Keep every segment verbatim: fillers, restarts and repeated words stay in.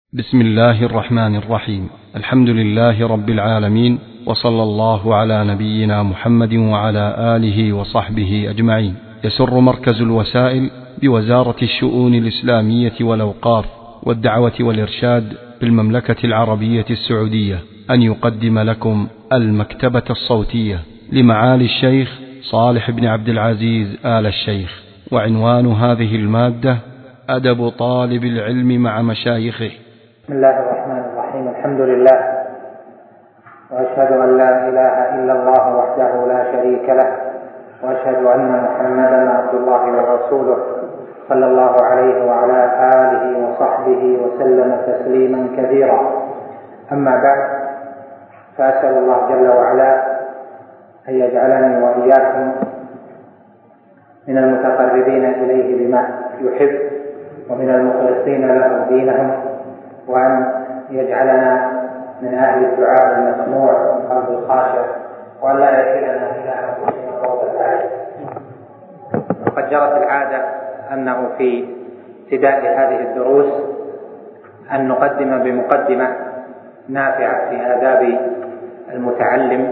بسم الله الرحمن الرحيم. الحمد لله رب العالمين، وصلى الله على نبينا محمد وعلى آله وصحبه أجمعين. يسر مركز الوسائل بوزارة الشؤون الإسلامية والأوقاف والدعوة والإرشاد بالمملكة العربية السعودية أن يقدم لكم المكتبة الصوتية لمعالي الشيخ صالح بن عبد العزيز آل الشيخ. وعنوان هذه المادة: أدب طالب العلم مع مشايخه. بسم الله الرحمن الرحيم. الحمد لله، وأشهد أن لا إله إلا الله وحده لا شريك له، وأشهد أن محمدا عبد الله ورسوله صلى الله عليه وعلى آله وصحبه وسلم تسليما كثيرا. أما بعد، فأسأل الله جل وعلا أن يجعلني وإياكم من المتقربين إليه بما يحب، ومن المخلصين له دينهم، وأن يجعلنا من أهل الدعاء المسموع والقلب الخاشع، وأن لا يكلنا إلى أنفسنا طرفة العين. وقد جرت العادة أنه في ابتداء هذه الدروس أن نقدم بمقدمة نافعة في آداب المتعلم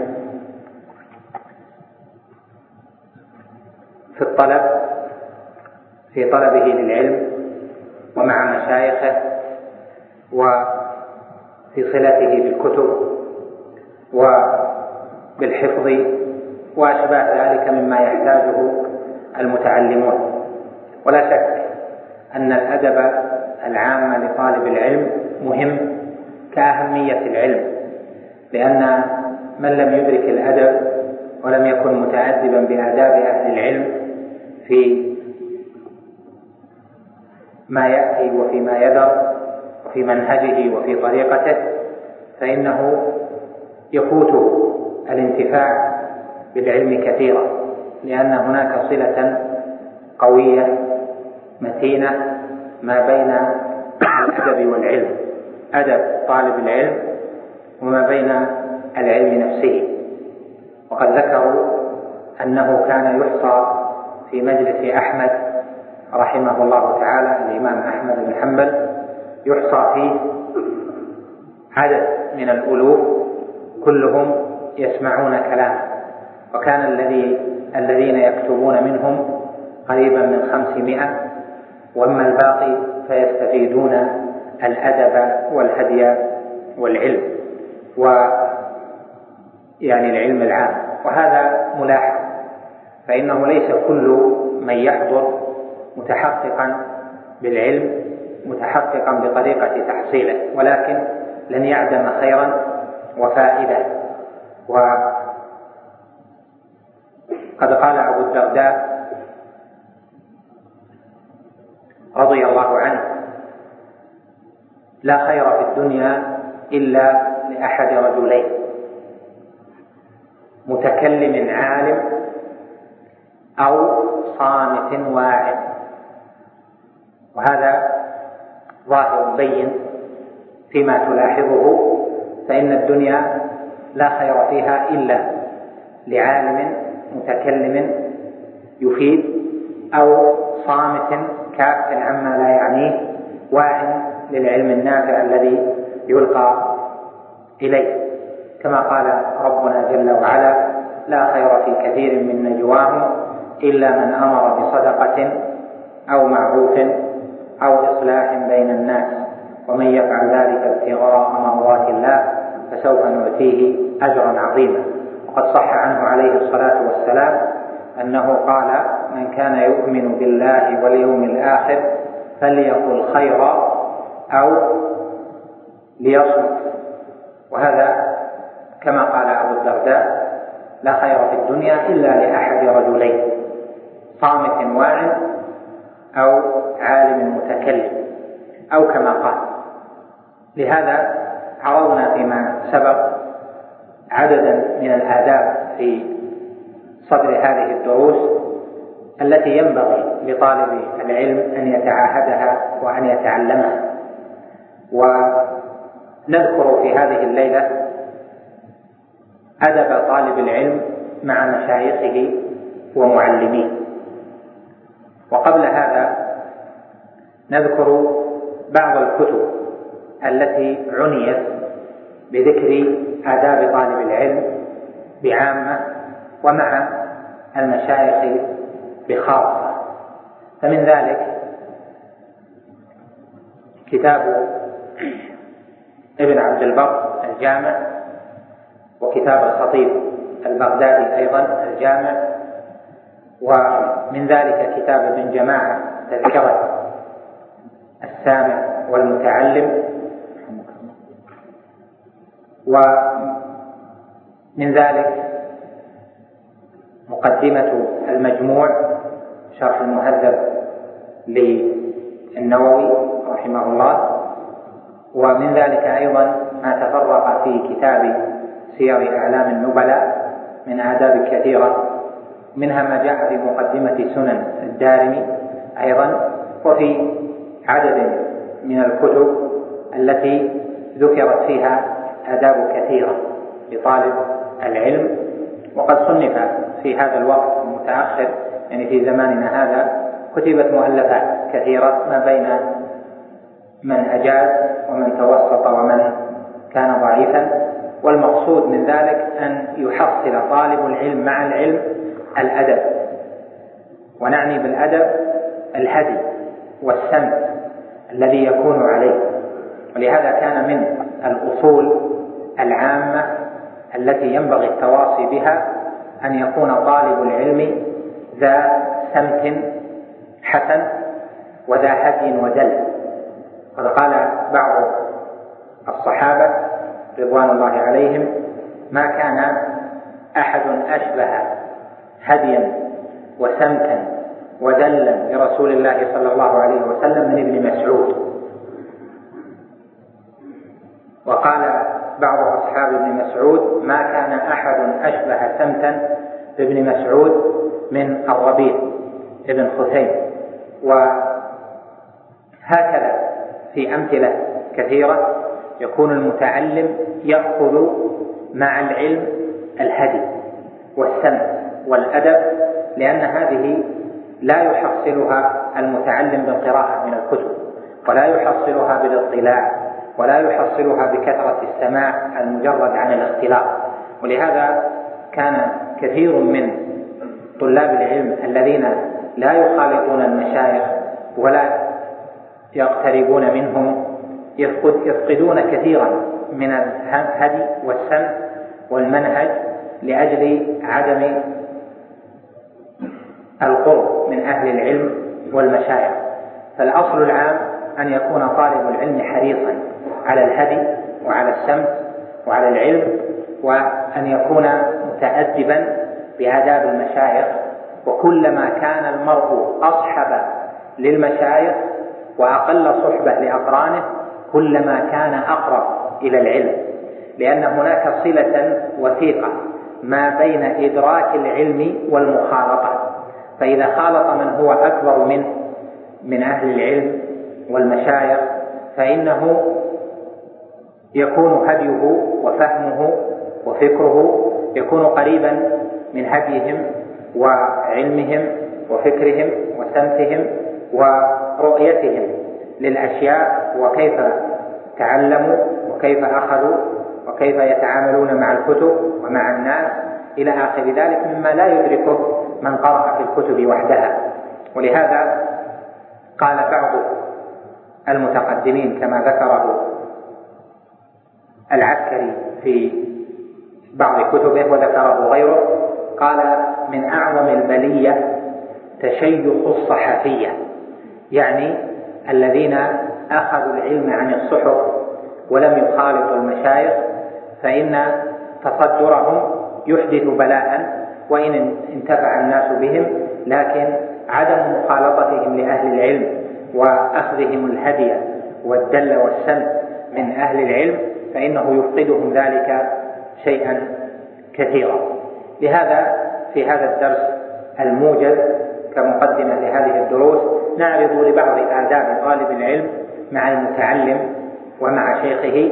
في الطلب في طلبه للعلم ومع مشايخه، وفي صلته بالكتب وبالحفظ وأشباه ذلك مما يحتاجه المتعلمون. ولا شك أن الأدب العام لطالب العلم مهم كأهمية العلم، لأن من لم يدرك الأدب ولم يكن متأدبا بآداب أهل العلم في ما يأتي وفيما يذر وفي منهجه وفي طريقته، فإنه يفوته الانتفاع بالعلم كثيرا، لأن هناك صلة قوية متينة ما بين الأدب والعلم، أدب طالب العلم وما بين العلم نفسه. وقد ذكروا أنه كان يحصى في مجلس أحمد رحمه الله تعالى، الإمام أحمد بن حنبل، يحصى فيه عدد من الألوف كلهم يسمعون كلامه، وكان الذي الذين يكتبون منهم قريبا من خمسمائة، وأما الباقي فيستفيدون الأدب والهدي والعلم ويعني العلم العام. وهذا ملاحظ، فإنه ليس كل من يحضر متحققا بالعلم متحققا بطريقة تحصيله، ولكن لن يعدم خيرا وفائدة. وقد قال أبو الدرداء رضي الله عنه: لا خير في الدنيا إلا لأحد رجلين، متكلم عالم أو صامت واعظ. وهذا ظاهر بين فيما تلاحظه، فإن الدنيا لا خير فيها إلا لعالم متكلم يفيد، أو صامت كاف عما لا يعنيه واع للعلم النافع الذي يلقى إليه، كما قال ربنا جل وعلا: لا خير في كثير من نجواهم إلا من أمر بصدقة أو معروف أو إصلاح بين الناس، ومن يفعل ذلك ابتغاء مرضات الله فسوف نؤتيه أجرا عظيما. وقد صح عنه عليه الصلاة والسلام أنه قال: من كان يؤمن بالله واليوم الآخر فليقل خيرا أو ليصمت. وهذا كما قال أبو الدرداء: لا خير في الدنيا إلا لأحد رجلين، صامت واعظ أو عالم متكلم، أو كما قال. لهذا عرضنا فيما سبق عددا من الآداب في صدر هذه الدروس التي ينبغي لطالب العلم أن يتعاهدها وأن يتعلمها. ونذكر في هذه الليلة أدب طالب العلم مع مشايخه ومعلميه. وقبل هذا نذكر بعض الكتب التي عنيت بذكر آداب طالب العلم بعامة ومع المشايخ بخاصة. فمن ذلك كتاب ابن عبد البر الجامع، وكتاب الخطيب البغدادي أيضا الجامع، ومن ذلك كتاب ابن جماعة تذكرة السامع والمتعلم، ومن ذلك مقدمة المجموع شرح المهذب للنووي رحمه الله، ومن ذلك أيضا ما تفرق في كتاب سير أعلام النبلاء من آداب كثيرة، منها ما جاء في مقدمة سنن الدارمي أيضا، وفي عدد من الكتب التي ذكرت فيها آداب كثيرة لطالب العلم. وقد صنف في هذا الوقت المتأخر، يعني في زماننا هذا، كتبت مؤلفات كثيرة ما بين من أجاز ومن توسط ومن كان ضعيفا، والمقصود من ذلك أن يحصل طالب العلم مع العلم الأدب، ونعني بالأدب الهدي والسمت الذي يكون عليه. ولهذا كان من الأصول العامة التي ينبغي التواصي بها أن يكون طالب العلم ذا سمت حسن وذا هدي ودل. قد قال بعض الصحابة رضوان الله عليهم: ما كان أحد أشبه هديا وسمتا ودلا لرسول الله صلى الله عليه وسلم من ابن مسعود. وقال بعض أصحاب ابن مسعود: ما كان أحد أشبه سمتا بابن مسعود من الربيع ابن خثيم. وهكذا في أمثلة كثيرة يكون المتعلم يأخذ مع العلم الهدي والسمت والأدب، لأن هذه لا يحصلها المتعلم بالقراءة من الكتب، ولا يحصلها بالاطلاع، ولا يحصلها بكثرة السماع المجرد عن الاختلاط. ولهذا كان كثير من طلاب العلم الذين لا يخالطون المشايخ ولا يقتربون منهم يفقدون كثيرا من الهدي والسمع والمنهج لأجل عدم القرب من أهل العلم والمشايخ. فالأصل العام أن يكون طالب العلم حريصا على الهدي وعلى السمت وعلى العلم، وأن يكون متأدبا بآداب المشايخ. وكلما كان المرء أصحب للمشايخ وأقل صحبة لأقرانه كلما كان أقرب إلى العلم، لأن هناك صلة وثيقة ما بين إدراك العلم والمخالطة. فإذا خالط من هو أكبر منه من أهل العلم والمشايخ فإنه يكون هديه وفهمه وفكره يكون قريبا من هديهم وعلمهم وفكرهم وسمتهم ورؤيتهم للأشياء، وكيف تعلموا وكيف أخذوا وكيف يتعاملون مع الكتب ومع الناس إلى آخر ذلك، مما لا يدركه من قرأ في الكتب وحدها. ولهذا قال بعض المتقدمين كما ذكره العسكري في بعض كتبه وذكره غيره، قال: من أعظم البلية تشيخ الصحفية، يعني الذين أخذوا العلم عن الصحف ولم يخالطوا المشايخ، فإن تصدرهم يحدث بلاء وإن انتفع الناس بهم، لكن عدم مخالطتهم لأهل العلم وأخذهم الهدي والدل والسمت من أهل العلم فإنه يفقدهم ذلك شيئا كثيرا. لهذا في هذا الدرس الموجز كمقدمة لهذه الدروس نعرض لبعض آداب طالب العلم مع المتعلم ومع شيخه،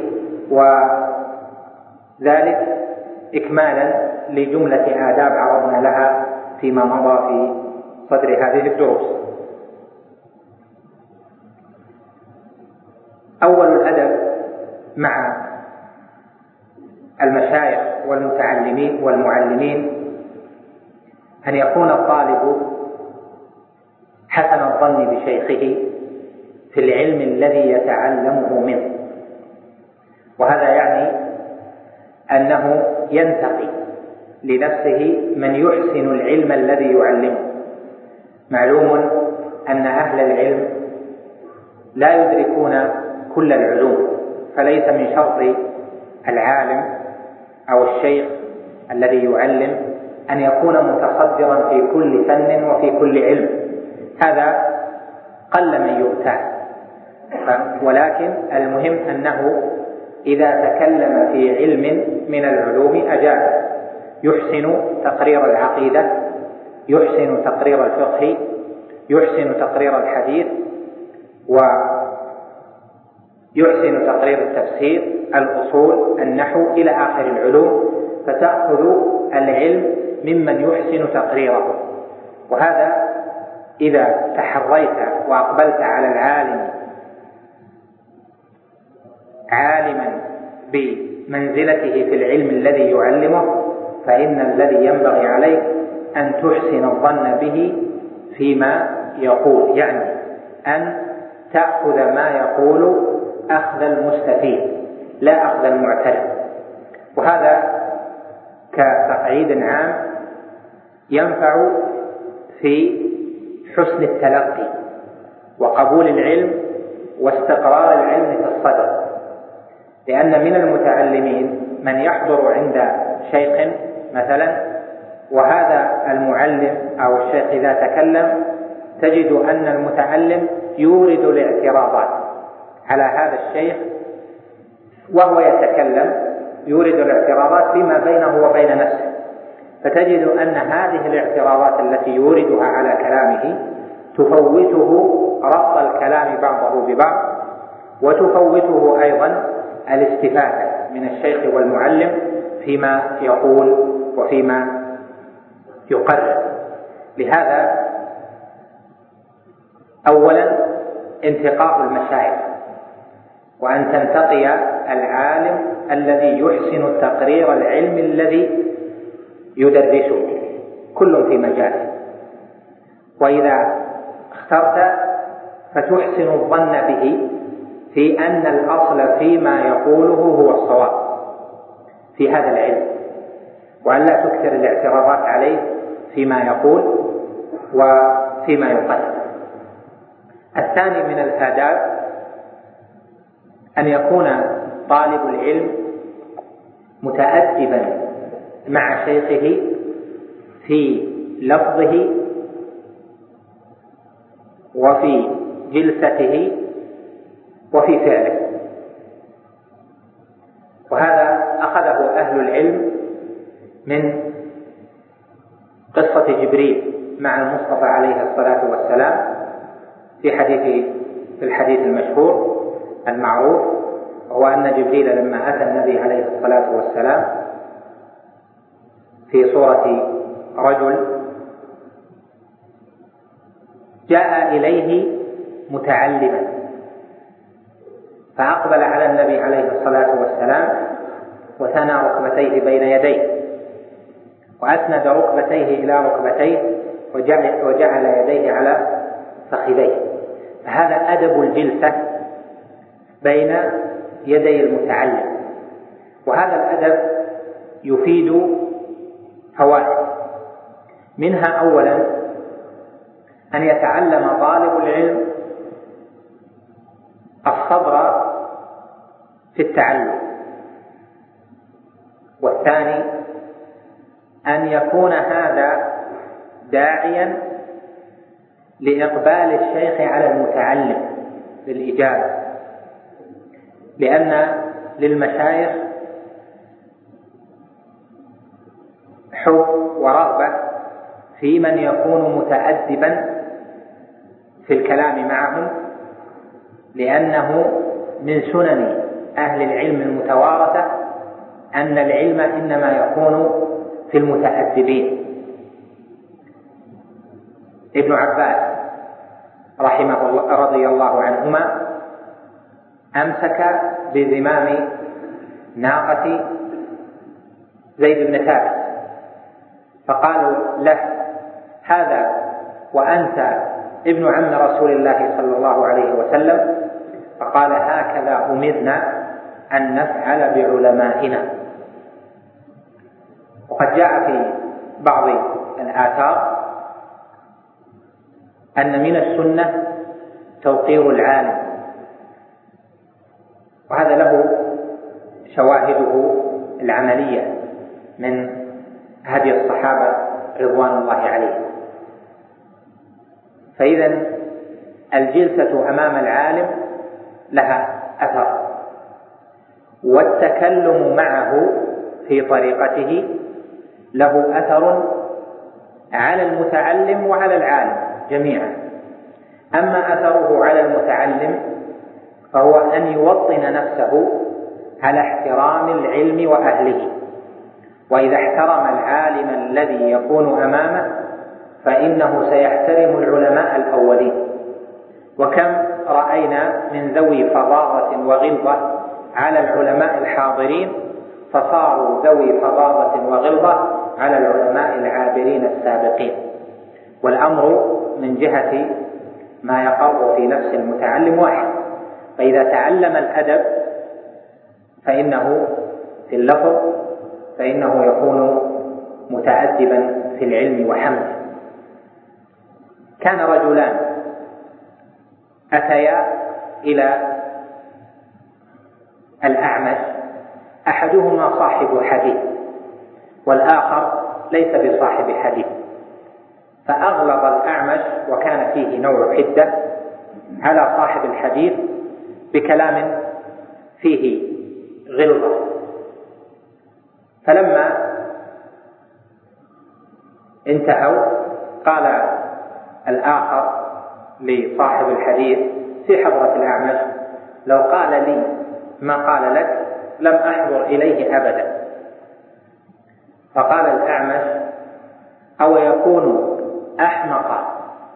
وذلك إكمالا لجملة آداب عرضنا لها فيما مضى في صدر هذه الدروس. أول الأدب مع المشايخ والمتعلمين والمعلمين أن يكون الطالب حسن الظن بشيخه في العلم الذي يتعلمه منه، وهذا يعني أنه ينتقي لنفسه من يحسن العلم الذي يعلمه. معلوم أن أهل العلم لا يدركون كل العلوم، فليس من شرط العالم أو الشيخ الذي يعلم أن يكون متصدرا في كل فن وفي كل علم، هذا قل من يؤتى. ولكن المهم أنه إذا تكلم في علم من العلوم أجاب، يحسن تقرير العقيدة، يحسن تقرير الفقه، يحسن تقرير الحديث، ويحسن تقرير التفسير، الأصول، النحو، إلى آخر العلوم، فتأخذ العلم ممن يحسن تقريره. وهذا إذا تحريت وأقبلت على العالم عالما بمنزلته في العلم الذي يعلمه، فإن الذي ينبغي عليك أن تحسن الظن به فيما يقول، يعني أن تأخذ ما يقول أخذ المستفيد لا أخذ المعترف. وهذا كتقعيد عام ينفع في حسن التلقي وقبول العلم واستقرار العلم في الصدر، لأن من المتعلمين من يحضر عند شيخ مثلا، وهذا المعلم أو الشيخ إذا تكلم تجد أن المتعلم يورد الاعتراضات على هذا الشيخ وهو يتكلم، يورد الاعتراضات فيما بينه وبين نفسه، فتجد أن هذه الاعتراضات التي يوردها على كلامه تفوته ربط الكلام بعضه ببعض، وتفوته أيضا الاستفادة من الشيخ والمعلم فيما يقول وفيما يقرر. لهذا أولا انتقاء المشايخ، وأن تنتقي العالم الذي يحسن تقرير العلم الذي يدرسه، كل في مجاله. وإذا اخترت فتحسن الظن به في أن الأصل فيما يقوله هو الصواب في هذا العلم، وأن لا تكثر الاعتراضات عليه فيما يقول وفيما يقرر. الثاني من الآداب أن يكون طالب العلم متأدبا مع شيخه في لفظه وفي جلسته وفي فعله. وهذا أخذه أهل العلم من قصة جبريل مع المصطفى عليه الصلاة والسلام في حديث في الحديث المشهور المعروف، وهو أن جبريل لما أتى النبي عليه الصلاة والسلام في صورة رجل جاء إليه متعلما، فأقبل على النبي عليه الصلاة والسلام وثنى ركبتيه بين يديه، وأسند ركبتيه إلى ركبتيه وجعل يديه على فخذيه. فهذا أدب الجلسة بين يدي المتعلم، وهذا الأدب يفيد فوائد. منها أولا أن يتعلم طالب العلم الصبر في التعلم، والثاني أن يكون هذا داعيا لإقبال الشيخ على المتعلم بالإجابة، لأن للمشايخ حب ورغبة في من يكون متأدبا في الكلام معهم، لأنه من سنن أهل العلم المتوارثة أن العلم إنما يكون في المتأدبين. ابن عباس رحمه الله رضي الله عنهما أمسك بزمام ناقة زيد بن ثابت فقالوا له: هذا وأنت ابن عم رسول الله صلى الله عليه وسلم؟ فقال: هكذا أمرنا أن نفعل بعلمائنا. وقد جاء في بعض الآثار أن من السنة توقير العالم، وهذا له شواهده العملية من هدي الصحابة رضوان الله عليهم. فإذا الجلسة أمام العالم لها أثر، والتكلم معه في طريقته له أثر على المتعلم وعلى العالم جميعا. أما أثره على المتعلم فهو أن يوطن نفسه على احترام العلم وأهله، وإذا احترم العالم الذي يكون أمامه فإنه سيحترم العلماء الأولين. وكم رأينا من ذوي فظاظة وغلظة على العلماء الحاضرين فصاروا ذوي فظاظة وغلظة على العلماء العابرين السابقين. والأمر من جهة ما يقر في نفس المتعلم واحد، فإذا تعلم الأدب فإنه في اللفظ فإنه يكون متأدبا في العلم وحمله. كان رجلان أتيا إلى الأعمش، أحدهما صاحب حديث والآخر ليس بصاحب حديث، فأغلظ الأعمش وكان فيه نوع حدة على صاحب الحديث بكلام فيه غلظة. فلما انتهوا قال الآخر لصاحب الحديث في حضرة الأعمش: لو قال لي ما قال لك لم أحضر إليه أبدا. فقال الأعمش: أو يكون أحمق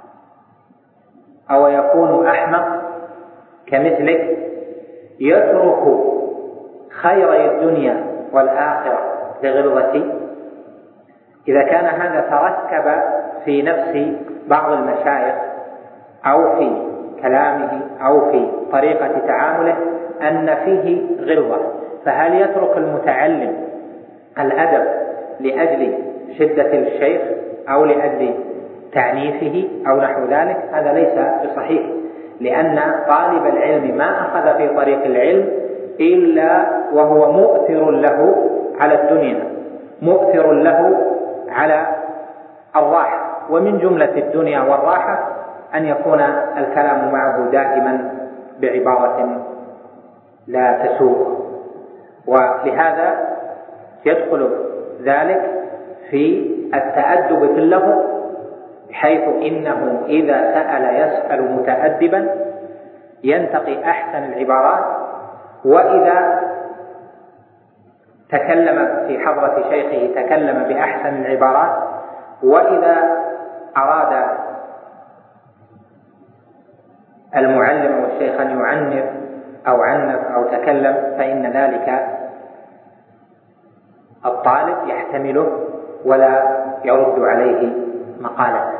أو يكون أحمق كمثلك يترك خيري الدنيا والآخرة لغلظتي؟ إذا كان هذا تركب في نفس بعض المشايخ أو في كلامه أو في طريقة تعامله أن فيه غلظة، فهل يترك المتعلم الأدب لأجل شدة الشيخ أو لأجل تعنيفه أو نحو ذلك؟ هذا ليس بصحيح، لأن طالب العلم ما أخذ في طريق العلم إلا وهو مؤثر له على الدنيا، مؤثر له على الراحة، ومن جملة الدنيا والراحة أن يكون الكلام معه دائما بعبارة لا تسوء. ولهذا يدخل ذلك في التأدب في اللفظ، حيث إنه إذا سأل يسأل متأدبا ينتقي أحسن العبارات، وإذا تكلم في حضرة شيخه تكلم بأحسن العبارات، وإذا أراد المعلم والشيخ أن يعنف أو عنف أو تكلم فإن ذلك الطالب يحتمله ولا يرد عليه مقالته.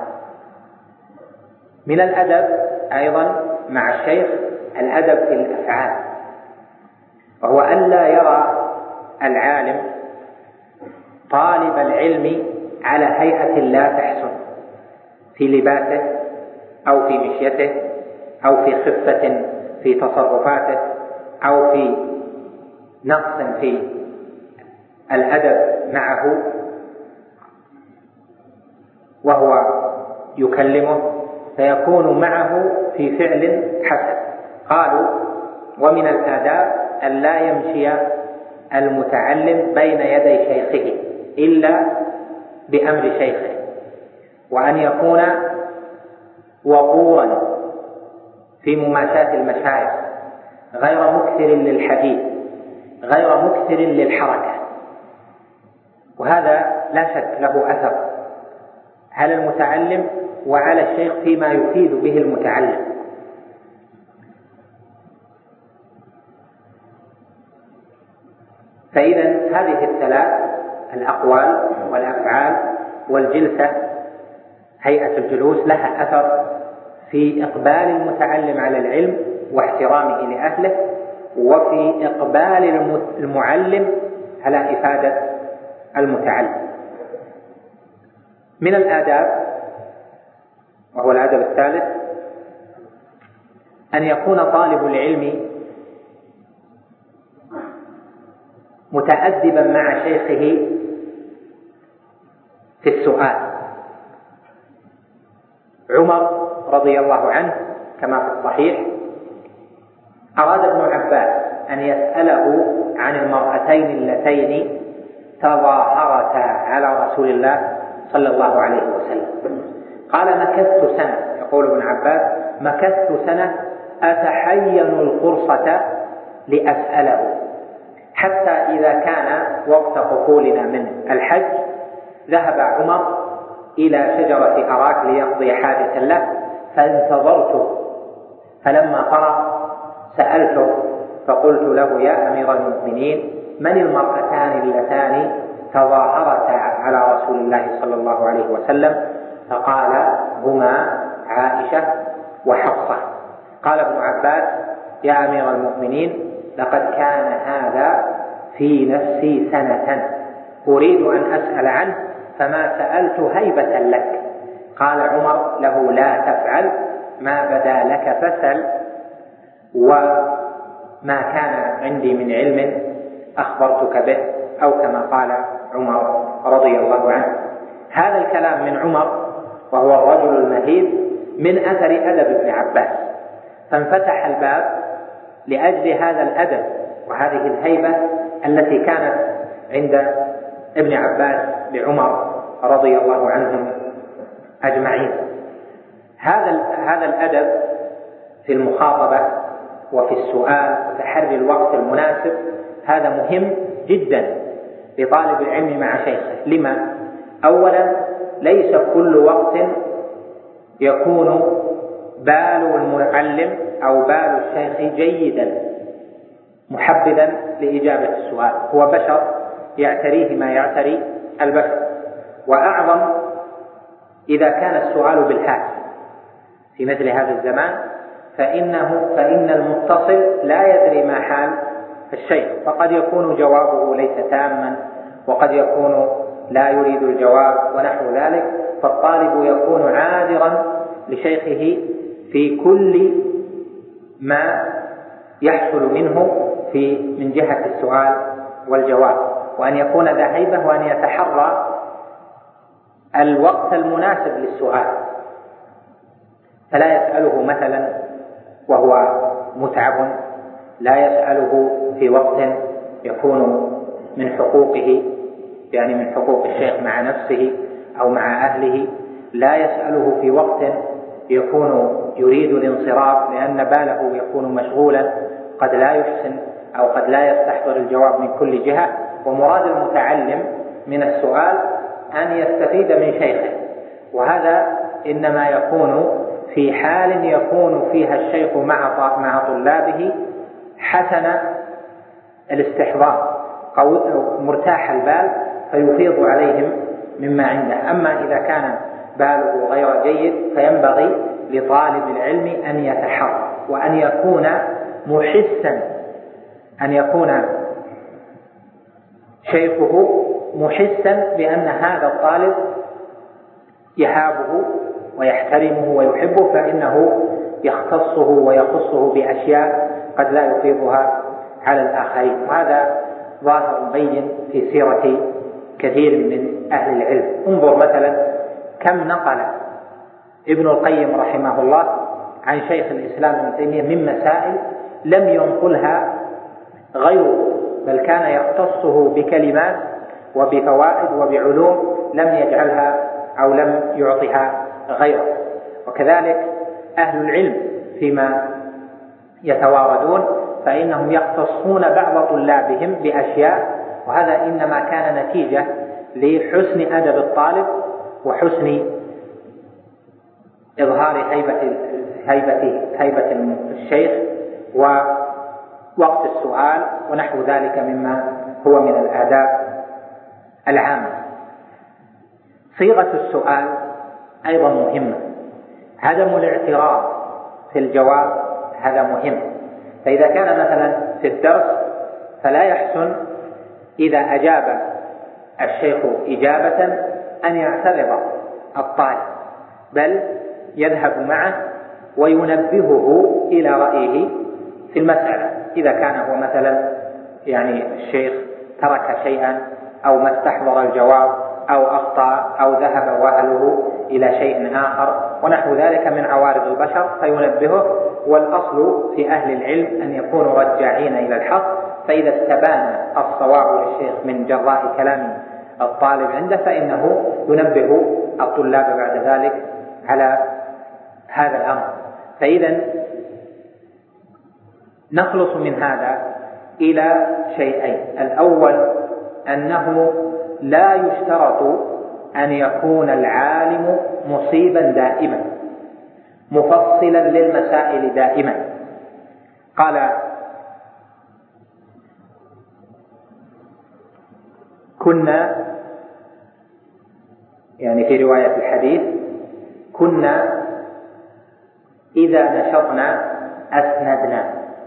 من الأدب أيضا مع الشيخ الأدب في الأفعال، وهو ألا يرى العالم طالب العلم على هيئة لا تحسن في لباسه أو في مشيته أو في خفة في تصرفاته أو في نقص في الأدب معه وهو يكلمه، فيكون معه في فعل حسن. قالوا: ومن الآداب أن لا يمشي المتعلم بين يدي شيخه إلا بأمر شيخه، وأن يكون وقورا في مماشاة المشايخ، غير مكثر للحديث، غير مكثر للحركة. وهذا لا شك له أثر على المتعلم وعلى الشيخ فيما يفيد به المتعلم. فإذا هذه الثلاث الأقوال والأفعال والجلسة، هيئة الجلوس، لها أثر في إقبال المتعلم على العلم واحترامه لأهله، وفي إقبال المعلم على إفادة المتعلم. من الآداب، وهو الأدب الثالث، أن يكون طالب العلم متأدبا مع شيخه في السؤال. عمر رضي الله عنه كما في الصحيح أراد ابن عباس أن يسأله عن المرأتين اللتين تظاهرتا على رسول الله صلى الله عليه وسلم. قال: مكثت سنة، يقول ابن عباس: مكثت سنة أتحين القرصة لأسأله، حتى إذا كان وقت قفولنا من الحج ذهب عمر إلى شجرة أراك ليقضي حاجة له، فانتظرته، فلما فرغ سألته فقلت له: يا أمير المؤمنين، من المرأتان اللتان تظاهرتا على رسول الله صلى الله عليه وسلم؟ فقال: هما عائشة وحفصة. قال ابن عباس: يا أمير المؤمنين، لقد كان هذا في نفسي سنة أريد أن أسأل عنه فما سألت هيبة لك. قال عمر له: لا تفعل، ما بدا لك فسل، وما كان عندي من علم أخبرتك به، أو كما قال عمر رضي الله عنه. هذا الكلام من عمر وهو الرجل المهيب من أثر أدب ابن عباس، فانفتح الباب لأجل هذا الأدب وهذه الهيبة التي كانت عند ابن عباس لعمر رضي الله عنهم أجمعين. هذا هذا الأدب في المخاطبة وفي السؤال وتحري الوقت المناسب هذا مهم جدا لطالب العلم مع شيخه. لما؟ أولا، ليس كل وقت يكون بال المعلم أو بال الشيخ جيدا محبذا لإجابة السؤال، هو بشر يعتريه ما يعتري البشر، وأعظم إذا كان السؤال بالهاتف في مثل هذا الزمان، فإنه فإن المتصل لا يدري ما حال الشيخ، فقد يكون جوابه ليس تاما، وقد يكون لا يريد الجواب ونحو ذلك، فالطالب يكون عاذرا لشيخه في كل ما يحصل منه في من جهة السؤال والجواب، وأن يكون ذا هيبة، وأن يتحرى الوقت المناسب للسؤال، فلا يسأله مثلا وهو متعب، لا يسأله في وقت يكون من حقوقه، يعني من حقوق الشيخ مع نفسه أو مع أهله، لا يسأله في وقت يكون يريد الانصراف لأن باله يكون مشغولا، قد لا يحسن أو قد لا يستحضر الجواب من كل جهة. ومراد المتعلم من السؤال أن يستفيد من شيخه، وهذا إنما يكون في حال يكون فيها الشيخ مع مع طلابه حسن الاستحضار، مرتاح البال، فيفيض عليهم مما عنده. أما إذا كان باله غير جيد فينبغي لطالب العلم أن يتحرى وأن يكون محسا، أن يكون شيخه محسا بأن هذا الطالب يهابه ويحترمه ويحبه، فإنه يختصه ويخصه بأشياء قد لا يفيضها على الآخرين. وهذا ظاهر بين في سيرة كثير من أهل العلم. انظر مثلا كم نقل ابن القيم رحمه الله عن شيخ الإسلام ابن تيمية من مسائل لم ينقلها غيره، بل كان يختصه بكلمات وبفوائد وبعلوم لم يجعلها أو لم يعطها غيره. وكذلك أهل العلم فيما يتواردون فإنهم يختصون بعض طلابهم بأشياء، وهذا إنما كان نتيجة لحسن أدب الطالب وحسن إظهار هيبة هيبة هيبة الشيخ وقت السؤال ونحو ذلك مما هو من الآداب العامة. صيغة السؤال أيضا مهمة، عدم الاعتراض في الجواب هذا مهم. فإذا كان مثلا في الدرس فلا يحسن إذا أجاب الشيخ إجابة أن يعترض الطالب، بل يذهب معه وينبهه إلى رأيه في المسألة. إذا كان هو مثلا يعني الشيخ ترك شيئا أو ما استحضر الجواب أو أخطأ أو ذهب وهله إلى شيء آخر ونحو ذلك من عوارض البشر فينبهه. والأصل في أهل العلم أن يكونوا رجاعين إلى الحق، فإذا استبان الصواب للشيخ من جراء كلام الطالب عنده فإنه ينبه الطلاب بعد ذلك على هذا الأمر. فإذا نخلص من هذا إلى شيئين: الأول أنه لا يشترط أن يكون العالم مصيبا دائما مفصلا للمسائل دائما. قال كنا يعني في رواية الحديث كنا إذا نشطنا أسندنا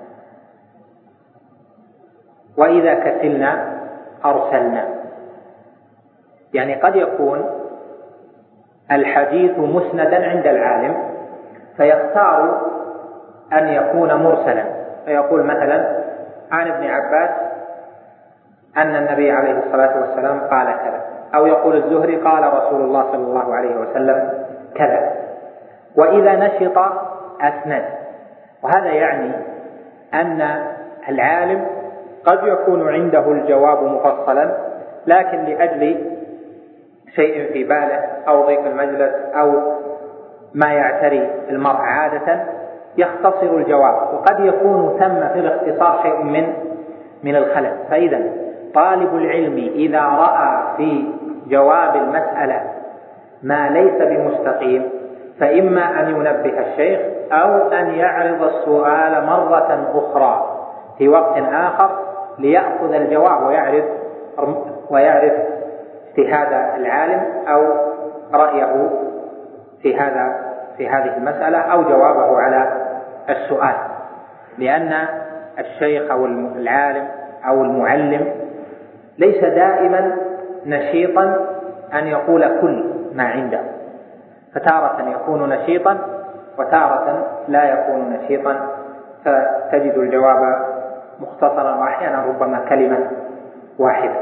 وإذا كسلنا أرسلنا. يعني قد يكون الحديث مسندا عند العالم فيختار أن يكون مرسلا، فيقول مثلا عن ابن عباس أن النبي عليه الصلاة والسلام قال كذا، أو يقول الزهري قال رسول الله صلى الله عليه وسلم كذا. وإذا نشط أسند، وهذا يعني أن العالم قد يكون عنده الجواب مفصلا لكن لأجل شيء في باله أو ضيق المجلس أو ما يعتري المرء عادة يختصر الجواب، وقد يكون ثم في الاختصار شيء من من الخلل. فإذا طالب العلم إذا رأى في جواب المسألة ما ليس بمستقيم فإما أن ينبه الشيخ أو أن يعرض السؤال مرة أخرى في وقت آخر ليأخذ الجواب ويعرف ويعرف اجتهاد العالم أو رأيه في هذا في هذه المسألة أو جوابه على السؤال. لأن الشيخ أو العالم أو المعلم ليس دائما نشيطا أن يقول كل ما عنده، فتارة يكون نشيطا وتارة لا يكون نشيطا، فتجد الجواب مختصرا وأحيانا ربما كلمة واحدة.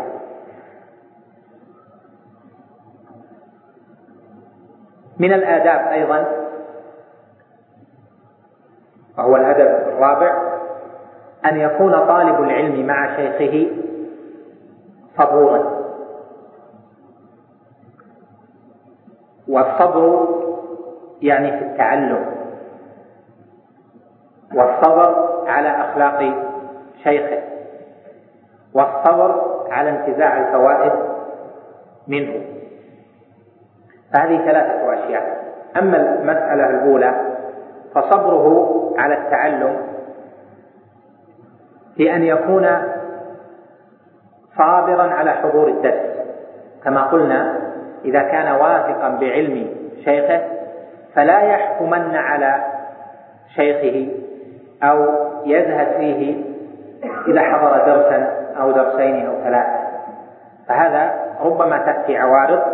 من الآداب أيضا وهو الأدب الرابع أن يكون طالب العلم مع شيخه صبورا. والصبر يعني في التعلم، والصبر على أخلاق شيخه، والصبر على انتزاع الفوائد منه. فهذه ثلاثة أشياء. أما المسألة الأولى فصبره على التعلم في أن يكون صابرا على حضور الدرس، كما قلنا إذا كان واثقا بعلم شيخه فلا يحكمن على شيخه أو يزهد فيه إذا حضر درسا أو درسين أو ثلاثة، فهذا ربما تأتي عوارض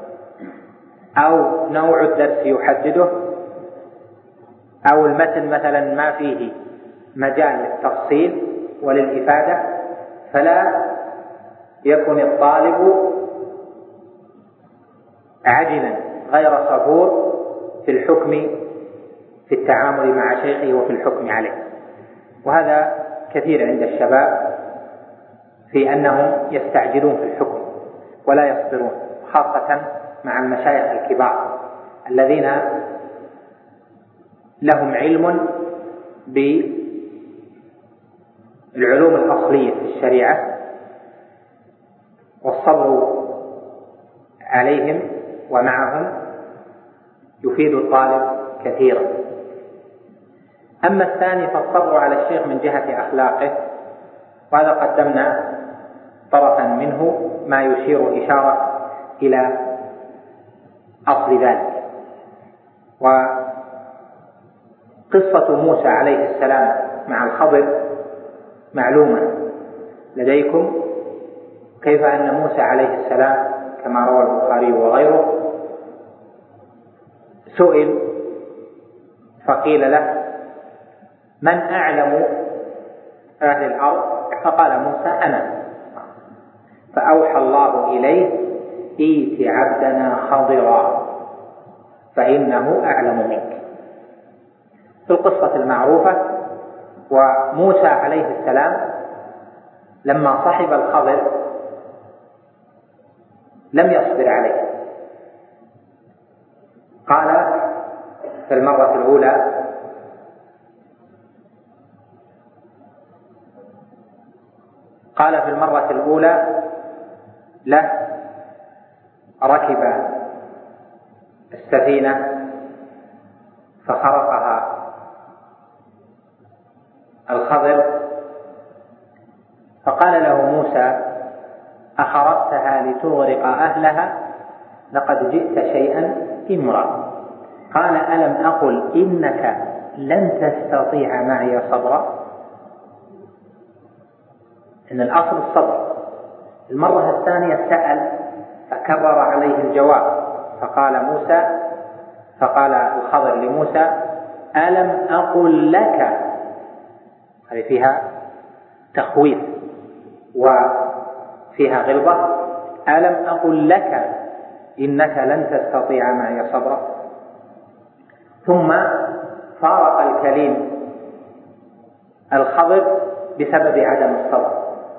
أو نوع الدرس يحدده أو المتن مثلا ما فيه مجال للتفصيل وللإفادة، فلا يكن الطالب عجلا غير صبور في الحكم في التعامل مع شيخه وفي الحكم عليه. وهذا كثير عند الشباب في أنهم يستعجلون في الحكم ولا يصبرون، خاصة مع المشايخ الكبار الذين لهم علم بالعلوم الأصلية في الشريعة، والصبر عليهم ومعهم يفيد الطالب كثيرا. أما الثاني فالصبر على الشيخ من جهة أخلاقه، وهذا قدمنا طرفا منه ما يشير إشارة إلى أصل ذلك. وقصة موسى عليه السلام مع الخضر معلومة لديكم، كيف أن موسى عليه السلام كما روى البخاري وغيره سئل فقيل له: من أعلم أهل الأرض؟ فقال موسى: أنا. فأوحى الله إليه: ائت عبدنا خضرا فإنه أعلم منك. في القصة المعروفة، وموسى عليه السلام لما صحب الخضر لم يصبر عليه، قال في المرة الأولى: قال في المرة الأولى له ركب السفينة فخرقها الخضر، فقال له موسى: أخرقتها لتغرق أهلها؟ لقد جئت شيئا إمرا. قال: ألم أقل إنك لن تستطيع معي صبرا؟ إن الأصل الصبر. المرة الثانية سأل فكرر عليه الجواب، فقال موسى فقال الخضر لموسى: ألم أقل لك؟ هذه فيها تخويف وفيها غلظة. ألم أقل لك إنك لن تستطيع معي صبرا؟ ثم فارق الكليم الخضر بسبب عدم الصبر.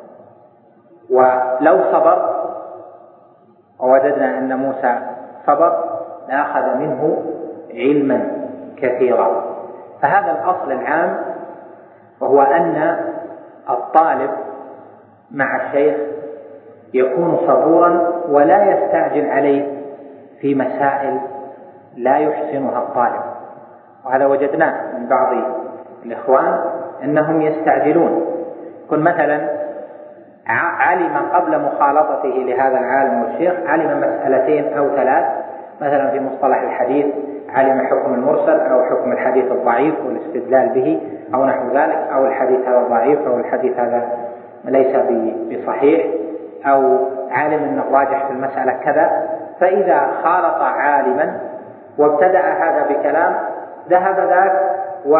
ولو صبر ووجدنا أن موسى صبر لأخذ منه علما كثيرا. فهذا الأصل العام، وهو أن الطالب مع الشيخ يكون صبورا ولا يستعجل عليه في مسائل لا يحسنها الطالب. وهذا وجدناه من بعض الإخوان أنهم يستعجلون. كن مثلا علم قبل مخالطته لهذا العالم والشيخ علم مسألتين أو ثلاث، مثلا في مصطلح الحديث علم حكم المرسل أو حكم الحديث الضعيف والاستدلال به أو نحو ذلك، أو الحديث هذا ضعيف أو الحديث هذا ليس بصحيح، أو عالم أن الراجح في المسألة كذا. فإذا خالط عالما وابتدأ هذا بكلام ذهب ذاك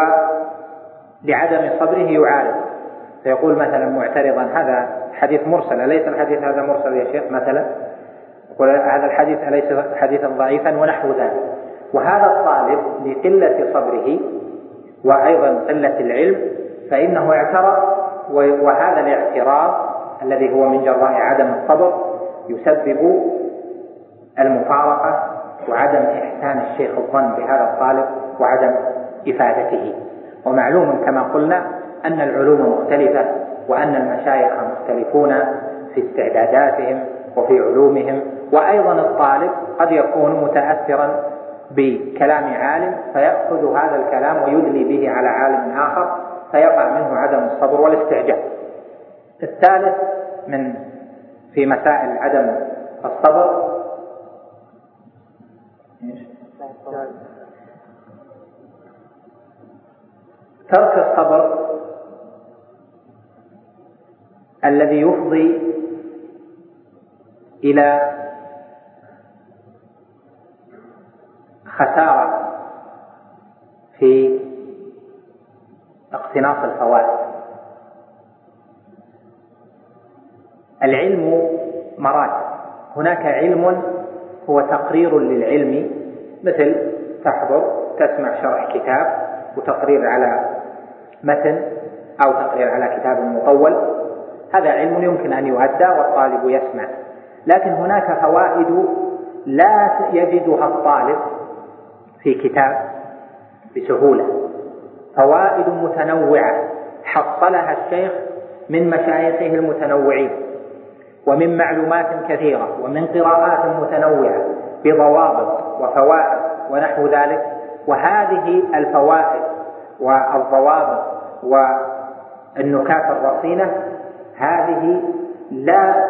ولعدم صبره يعارض، فيقول مثلا معترضا: هذا حديث مرسل، أليس الحديث هذا مرسل يا شيخ؟ مثلا يقول: هذا الحديث أليس حديثا ضعيفا؟ ونحو ذلك. وهذا الطالب لقلة صبره وأيضا قلة العلم فإنه اعترض، وهذا الاعتراض الذي هو من جراء عدم الصبر يسبب المفارقة وعدم إحسان الشيخ الظن بهذا الطالب وعدم إفادته. ومعلوم كما قلنا أن العلوم مختلفة، وأن المشايخ مختلفون في استعداداتهم وفي علومهم، وأيضا الطالب قد يكون متأثرا بكلام عالم فيأخذ هذا الكلام ويدلي به على عالم آخر فيقع منه عدم الصبر والاستعجال. الثالث من في مسائل عدم الصبر ترك الصبر الذي يفضي إلى خسارة في اقتناص الفوائد. العلم مراتب، هناك علم هو تقرير للعلم، مثل تحضر تسمع شرح كتاب وتقرير على متن أو تقرير على كتاب مطول، هذا علم يمكن أن يؤدى والطالب يسمع. لكن هناك فوائد لا يجدها الطالب في كتاب بسهولة، فوائد متنوعة حصلها الشيخ من مشايخه المتنوعين، ومن معلومات كثيرة، ومن قراءات متنوعة بضوابط وفوائد ونحو ذلك. وهذه الفوائد والضوابط والنكات الرصينة هذه لا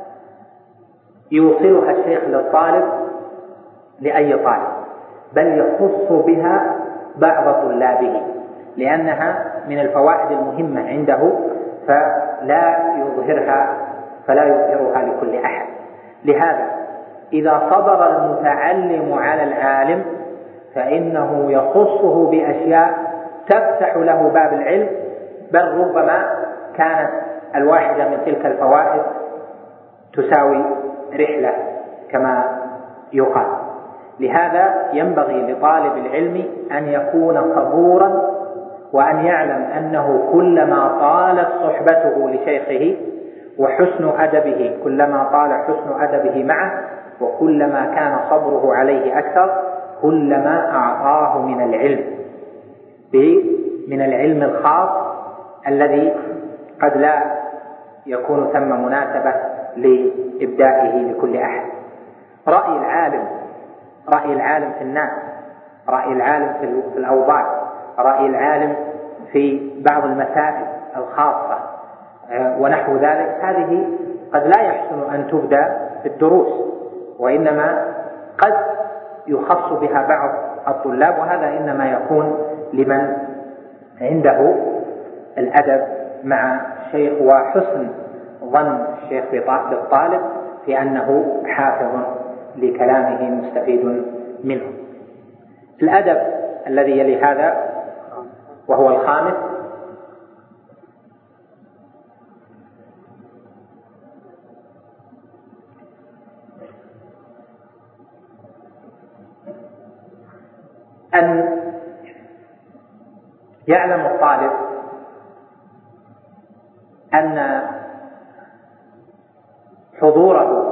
يوصلها الشيخ للطالب لأي طالب، بل يخص بها بعض طلابه لأنها من الفوائد المهمة عنده، فلا يظهرها فلا يظهرها لكل أحد. لهذا إذا صبر المتعلم على العالم فإنه يخصه بأشياء تفتح له باب العلم، بل ربما كانت الواحدة من تلك الفوائد تساوي رحلة كما يقال. لهذا ينبغي لطالب العلم أن يكون صبورا، وأن يعلم أنه كلما طالت صحبته لشيخه وحسن أدبه، كلما طال حسن أدبه معه وكلما كان صبره عليه أكثر، كلما أعطاه من العلم من العلم الخاص الذي قد لا يكون ثم مناسبة لإبدائه لكل أحد. رأي العالم رأي العالم في الناس، رأي العالم في الأوضاع، رأي العالم في بعض المسائل الخاصة ونحو ذلك، هذه قد لا يحسن أن تبدأ في الدروس، وإنما قد يخص بها بعض الطلاب، وهذا إنما يكون لمن عنده الأدب مع الشيخ وحسن ظن الشيخ بالطالب في أنه حافظ لكلامه مستفيد منه. الأدب الذي يلي هذا وهو الخامس أن يعلم الطالب أن حضوره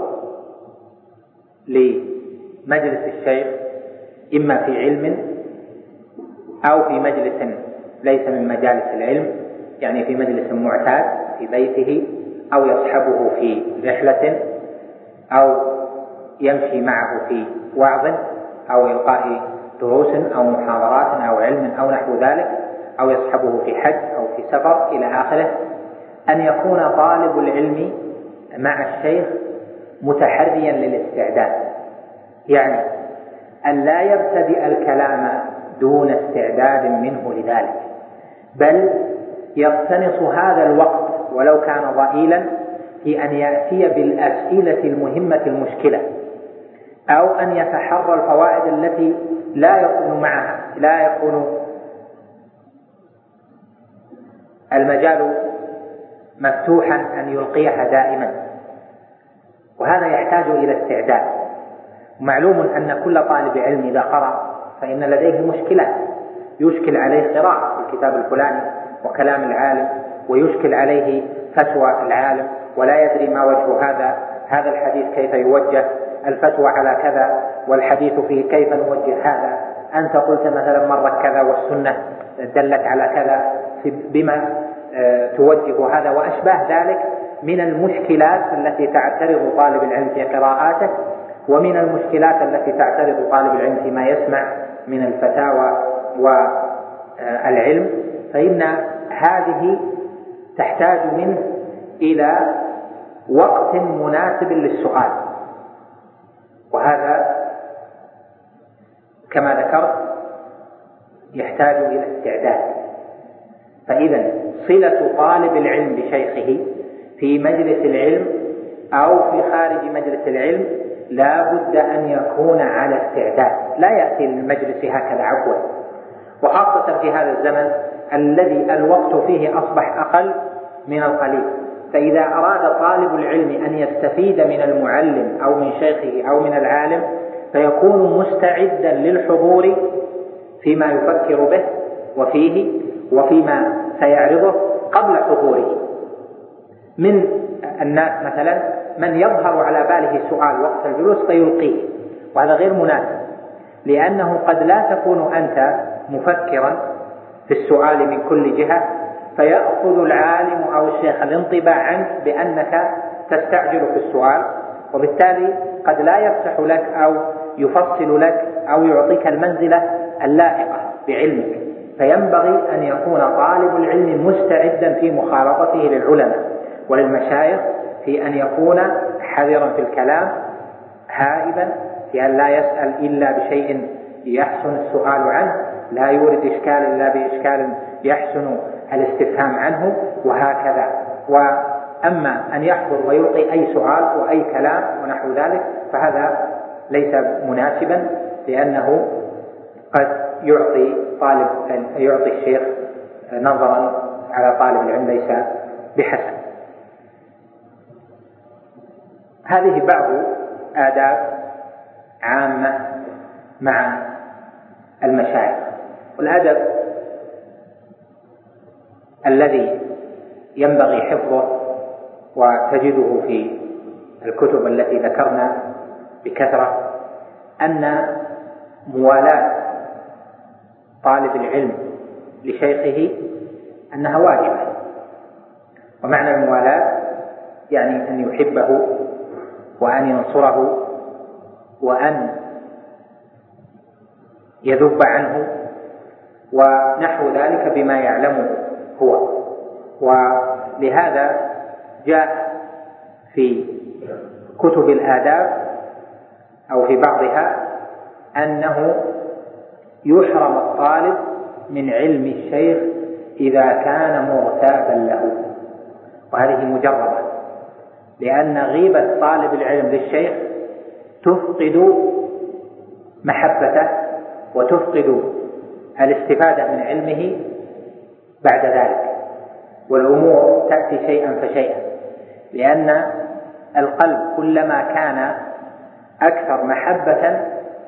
لمجلس الشيخ إما في علم أو في مجلس ليس من مجالس العلم، يعني في مجلس معتاد في بيته، أو يصحبه في رحلة، أو يمشي معه في وعظ أو إلقاء دروس أو محاضرات أو علم أو نحو ذلك، أو يصحبه في حج أو في سفر إلى آخره، أن يكون طالب العلم مع الشيخ متحريا للاستعداد، يعني أن لا يبتدئ الكلام دون استعداد منه لذلك، بل يقتنص هذا الوقت ولو كان ضئيلا في أن يأتي بالأسئلة المهمة المشكلة، أو أن يتحرى الفوائد التي لا يكون معها لا يكون المجال مفتوحا أن يلقيها دائما، وهذا يحتاج إلى استعداد. معلوم أن كل طالب علم إذا قرأ فإن لديه مشكلات، يشكل عليه قراءة الكتاب الفلاني وكلام العالم، ويشكل عليه فتوى العالم ولا يدري ما وجه هذا هذا الحديث كيف يوجه، الفتوى على كذا والحديث فيه كيف نوجه هذا، أنت قلت مثلا مرة كذا والسنة دلت على كذا بما توجه هذا، وأشباه ذلك من المشكلات التي تعترض طالب العلم في قراءاته، ومن المشكلات التي تعترض طالب العلم فيما يسمع من الفتاوى والعلم، فإن هذه تحتاج منه إلى وقت مناسب للسؤال، وهذا كما ذكرت يحتاج إلى استعداد. فإذا صلة طالب العلم بشيخه في مجلس العلم أو في خارج مجلس العلم لا بد أن يكون على استعداد، لا يأتي للمجلس هكذا عفوا، وخاصة في هذا الزمن الذي الوقت فيه أصبح أقل من القليل. فإذا أراد طالب العلم أن يستفيد من المعلم أو من شيخه أو من العالم فيكون مستعدا للحضور فيما يفكر به وفيه وفيما سيعرضه قبل حضوره. من الناس مثلا من يظهر على باله سؤال وقت الجلوس فيلقيه، وهذا غير مناسب، لأنه قد لا تكون أنت مفكرا في السؤال من كل جهة فيأخذ العالم أو الشيخ الانطباع عنك بأنك تستعجل في السؤال، وبالتالي قد لا يفتح لك أو يفصل لك أو يعطيك المنزلة اللائقة بعلمك، فينبغي أن يكون طالب العلم مستعدا في مخالطته للعلماء وللمشايخ، في أن يكون حذرا في الكلام، هائبا في أن لا يسأل إلا بشيء يحسن السؤال عنه، لا يورد إشكال إلا بإشكال يحسن الاستفهام عنه، وهكذا. وأما أن يحضر ويلقي أي سؤال وأي كلام ونحو ذلك فهذا ليس مناسبا، لأنه قد يعطي طالب يعطي الشيخ نظرا على طالب العلم ليس بحسن. هذه بعض آداب عامة مع المشايخ. والأدب الذي ينبغي حفظه وتجده في الكتب التي ذكرنا بكثرة أن موالاة طالب العلم لشيخه أنها واجبة. ومعنى الموالاة يعني أن يحبه وأن ينصره وأن يذب عنه ونحو ذلك بما يعلمه هو. ولهذا جاء في كتب الآداب أو في بعضها أنه يحرم الطالب من علم الشيخ إذا كان مغتابا له، وهذه مجربة، لأن غيبة طالب العلم للشيخ تفقد محبته وتفقد الاستفادة من علمه بعد ذلك، والأمور تأتي شيئا فشيئا، لأن القلب كلما كان أكثر محبة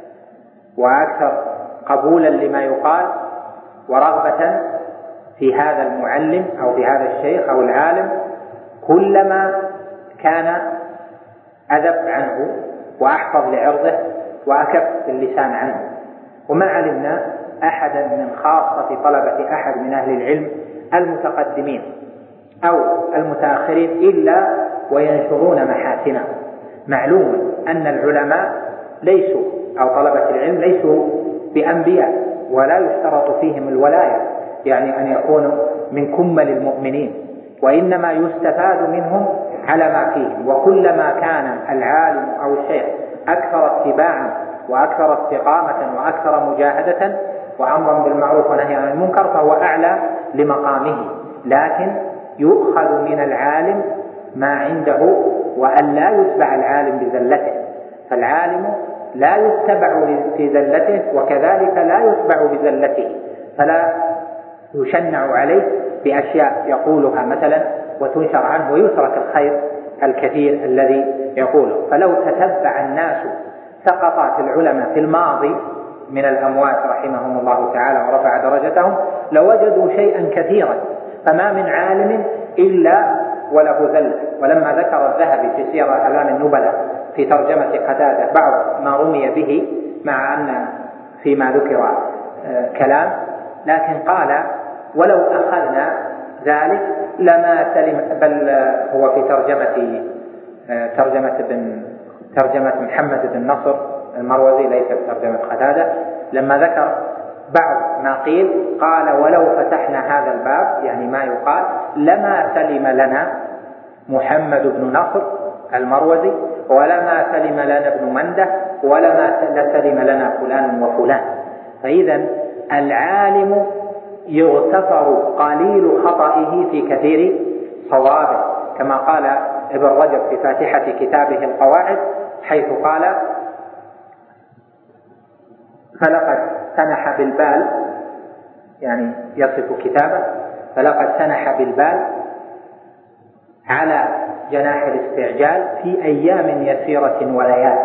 وأكثر قبولا لما يقال ورغبة في هذا المعلم أو في هذا الشيخ أو العالم، كلما كان أذب عنه وأحفظ لعرضه وأكف اللسان عنه. وما علمنا أحدا من خاصة طلبة أحد من أهل العلم المتقدمين أو المتأخرين إلا وينشرون محاسنه. معلوم أن العلماء ليسوا أو طلبة العلم ليسوا بأنبياء ولا يشترط فيهم الولاية، يعني أن يكونوا من كمل المؤمنين، وإنما يستفاد منهم على ما فيهم. وكلما كان العالم أو الشيخ أكثر اتباعا وأكثر استقامة وأكثر مجاهدة وأمرا بالمعروف ونهي عن المنكر فهو أعلى لمقامه. لكن يؤخذ من العالم ما عنده، وأن لا يتبع العالم بذلته، فالعالم لا يتبع في ذلته وكذلك لا يتبع بذلته، فلا يشنع عليه بأشياء يقولها مثلا وتنشر عنه ويترك الخير الكثير الذي يقوله. فلو تتبع الناس سقطات العلماء في الماضي من الأموات رحمهم الله تعالى ورفع درجتهم لوجدوا شيئا كثيرا، فما من عالم إلا وله ذلة. ولما ذكر الذهبي في سير أعلام النبلاء في ترجمة قتادة بعض ما رمي به، مع أن فيما ذكر كلام، لكن قال ولو أخذنا ذلك لما سلم، بل هو في ترجمة ترجمة بن ترجمة محمد بن نصر المروزي ليس بترجمة قتادة، لما ذكر بعض ما قيل قال ولو فتحنا هذا الباب يعني ما يقال لما سلم لنا محمد بن نصر المروزي ولما سلم لنا ابن منده ولما سلم لنا فلان وفلان. فإذا العالم يغتفر قليل خطئه في كثير صوابه، كما قال ابن رجب في فاتحة كتابه القواعد حيث قال فلقد سنح بالبال، يعني يصف كتابه فلقد سنح بالبال على جناح الاستعجال في أيام يسيرة وليال،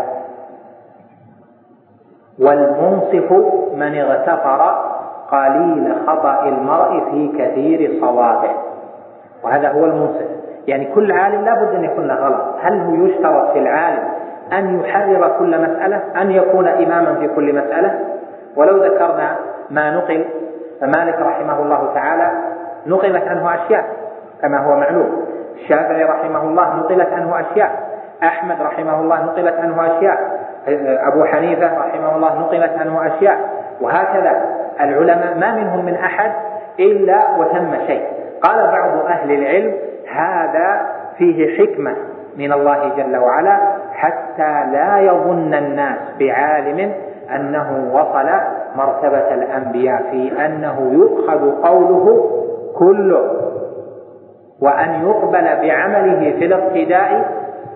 والمنصف من اغتفر قليل خطأ المرء في كثير صوابه. وهذا هو المنصف، يعني كل عالم لا بد أن يكون له غلط. هل هو يشترط في العالم أن يحرر كل مسألة، أن يكون إماما في كل مسألة؟ ولو ذكرنا ما نقل، فمالك رحمه الله تعالى نقلت عنه أشياء كما هو معلوم، الشافعي رحمه الله نقلت عنه أشياء، أحمد رحمه الله نقلت عنه أشياء، أبو حنيفة رحمه الله نقلت عنه أشياء، وهكذا العلماء ما منهم من أحد إلا وثم شيء. قال بعض أهل العلم هذا فيه حكمة من الله جل وعلا حتى لا يظن الناس بعالم أنه وصل مرتبة الأنبياء في أنه يؤخذ قوله كله وأن يقبل بعمله في الابتداء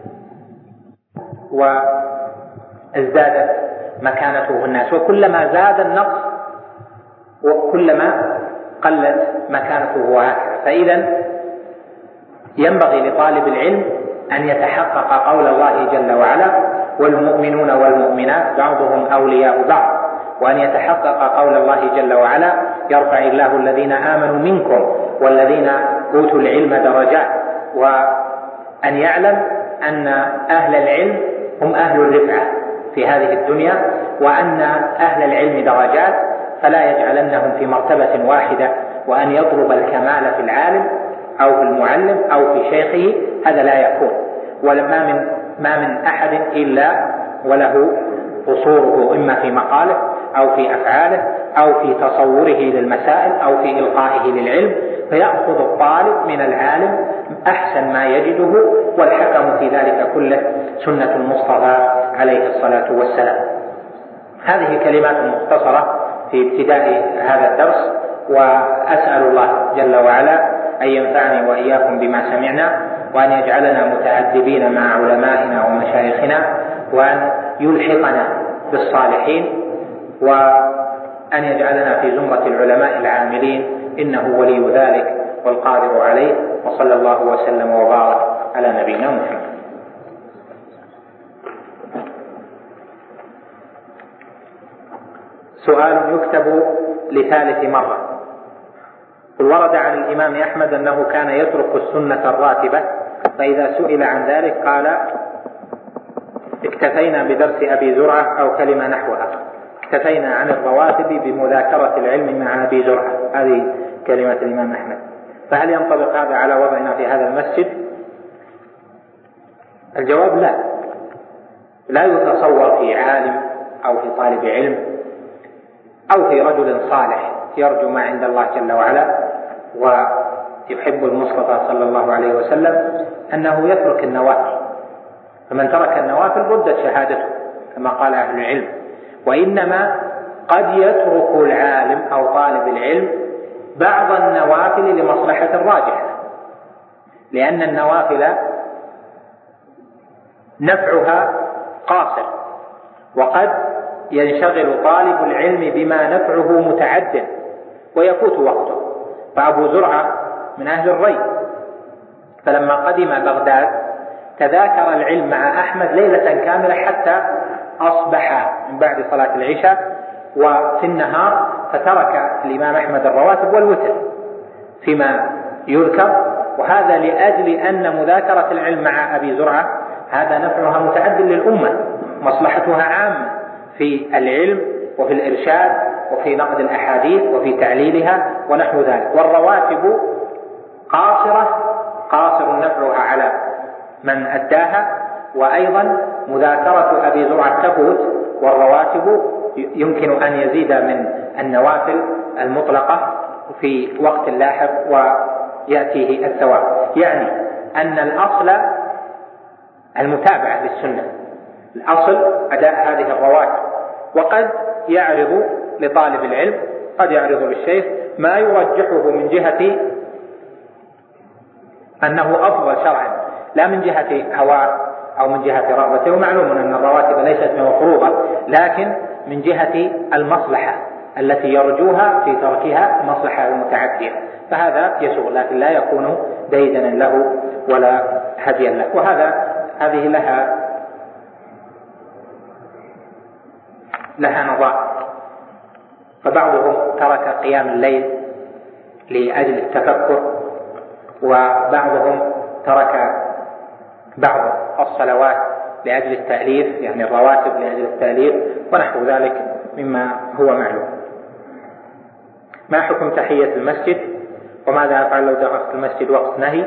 وازدادت مكانته الناس، وكلما زاد النقص وكلما قلت مكانته وهكذا. فإذا ينبغي لطالب العلم أن يتحقق قول الله جل وعلا والمؤمنون والمؤمنات بعضهم أولياء بعض، وأن يتحقق قول الله جل وعلا يرفع الله الذين آمنوا منكم والذين أوتوا العلم درجات، وأن يعلم أن أهل العلم هم أهل الرفعة في هذه الدنيا، وأن أهل العلم درجات، فلا يجعلنهم في مرتبة واحدة، وأن يطلب الكمال في العالم أو في المعلم أو في شيخه هذا لا يكون. ولما من ما من أحد إلا وله قصوره إما في مقاله أو في أفعاله أو في تصوره للمسائل أو في إلقائه للعلم، فيأخذ الطالب من العالم أحسن ما يجده، والحكم في ذلك كله سنة المصطفى عليه الصلاة والسلام. هذه كلمات مختصرة في ابتداء هذا الدرس، وأسأل الله جل وعلا أن ينفعني وإياكم بما سمعنا، وأن يجعلنا متأدبين مع علمائنا ومشايخنا، وأن يلحقنا بالصالحين، وأن يجعلنا في زمرة العلماء العاملين، إنه ولي ذلك والقادر عليه. وصلى الله وسلم وبارك على نبينا محمد. سؤال يكتب لثالث مرة: ورد عن الإمام أحمد أنه كان يترك السنة الراتبة، فإذا سئل عن ذلك قال: اكتفينا بدرس أبي زرعة أو كلمة نحوها، اكتفينا عن الرواتب بمذاكرة العلم مع أبي زرعة. هذه كلمة الإمام أحمد. فهل ينطبق هذا على وضعنا في هذا المسجد؟ الجواب لا. لا يتصور في عالم أو في طالب علم أو في رجل صالح يرجو ما عند الله جل وعلا ويحب المصطفى صلى الله عليه وسلم أنه يترك النوافل. فمن ترك النوافل ردت شهادته كما قال أهل العلم. وإنما قد يترك العالم أو طالب العلم بعض النوافل لمصلحة راجحة، لأن النوافل نفعها قاصر، وقد ينشغل طالب العلم بما نفعه متعد ويفوت وقته. فأبو زرعة من أهل الري، فلما قدم بغداد تذاكر العلم مع أحمد ليلة كاملة حتى أصبح من بعد صلاة العشاء، وفي النهار فترك الإمام أحمد الرواتب والوتر فيما يذكر. وهذا لأجل أن مذاكرة العلم مع أبي زرعة هذا نفعها متعد للأمة، مصلحتها عامة في العلم وفي الإرشاد وفي نقد الأحاديث وفي تعليلها ونحو ذلك. والرواتب قاصرة قاصر نفعها على من أداها، وأيضا مذاكرة أبي زرعة تفوت، والرواتب يمكن أن يزيد من النوافل المطلقة في وقت لاحق ويأتيه الثواب. يعني أن الأصل المتابعة للسنة، الأصل أداء هذه الرواتب، وقد يعرض لطالب العلم قد يعرض للشيخ ما يرجحه من جهة أنه أفضل شرعا، لا من جهة هواه أو من جهة رغبته. ومعلوم أن الرواتب ليست مفروضة، لكن من جهة المصلحة التي يرجوها في تركها مصلحة المتعدية، فهذا يسوغ، لكن لا يكون ديدنا له ولا هديا له. وهذا هذه لها لها نظائر. فبعضهم ترك قيام الليل لأجل التفكر، وبعضهم ترك بعض الصلوات لأجل التأليف، يعني الرواتب لأجل التأليف ونحو ذلك مما هو معلوم. ما حكم تحية المسجد؟ وماذا أفعل لو دخلت المسجد وقت نهي؟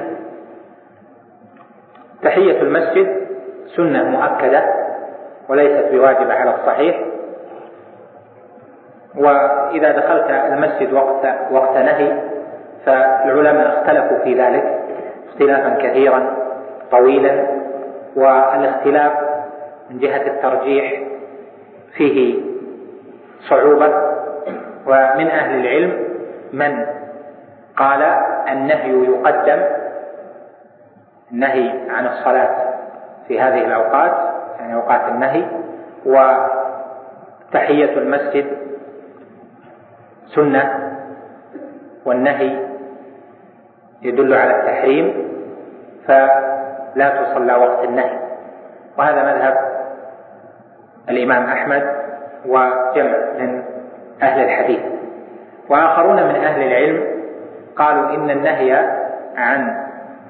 تحية المسجد سنة مؤكدة وليست بواجبة على الصحيح، وإذا دخلت المسجد وقت وقت نهي فالعلماء اختلفوا في ذلك اختلافا كثيرا طويلا، والاختلاف من جهة الترجيح فيه صعوبة. ومن أهل العلم من قال النهي يقدم، النهي عن الصلاة في هذه الأوقات يعني أوقات النهي، وتحية المسجد سنة والنهي يدل على التحريم فلا تصلى وقت النهي. وهذا مذهب الإمام أحمد وجمع من أهل الحديث. وآخرون من أهل العلم قالوا إن النهي عن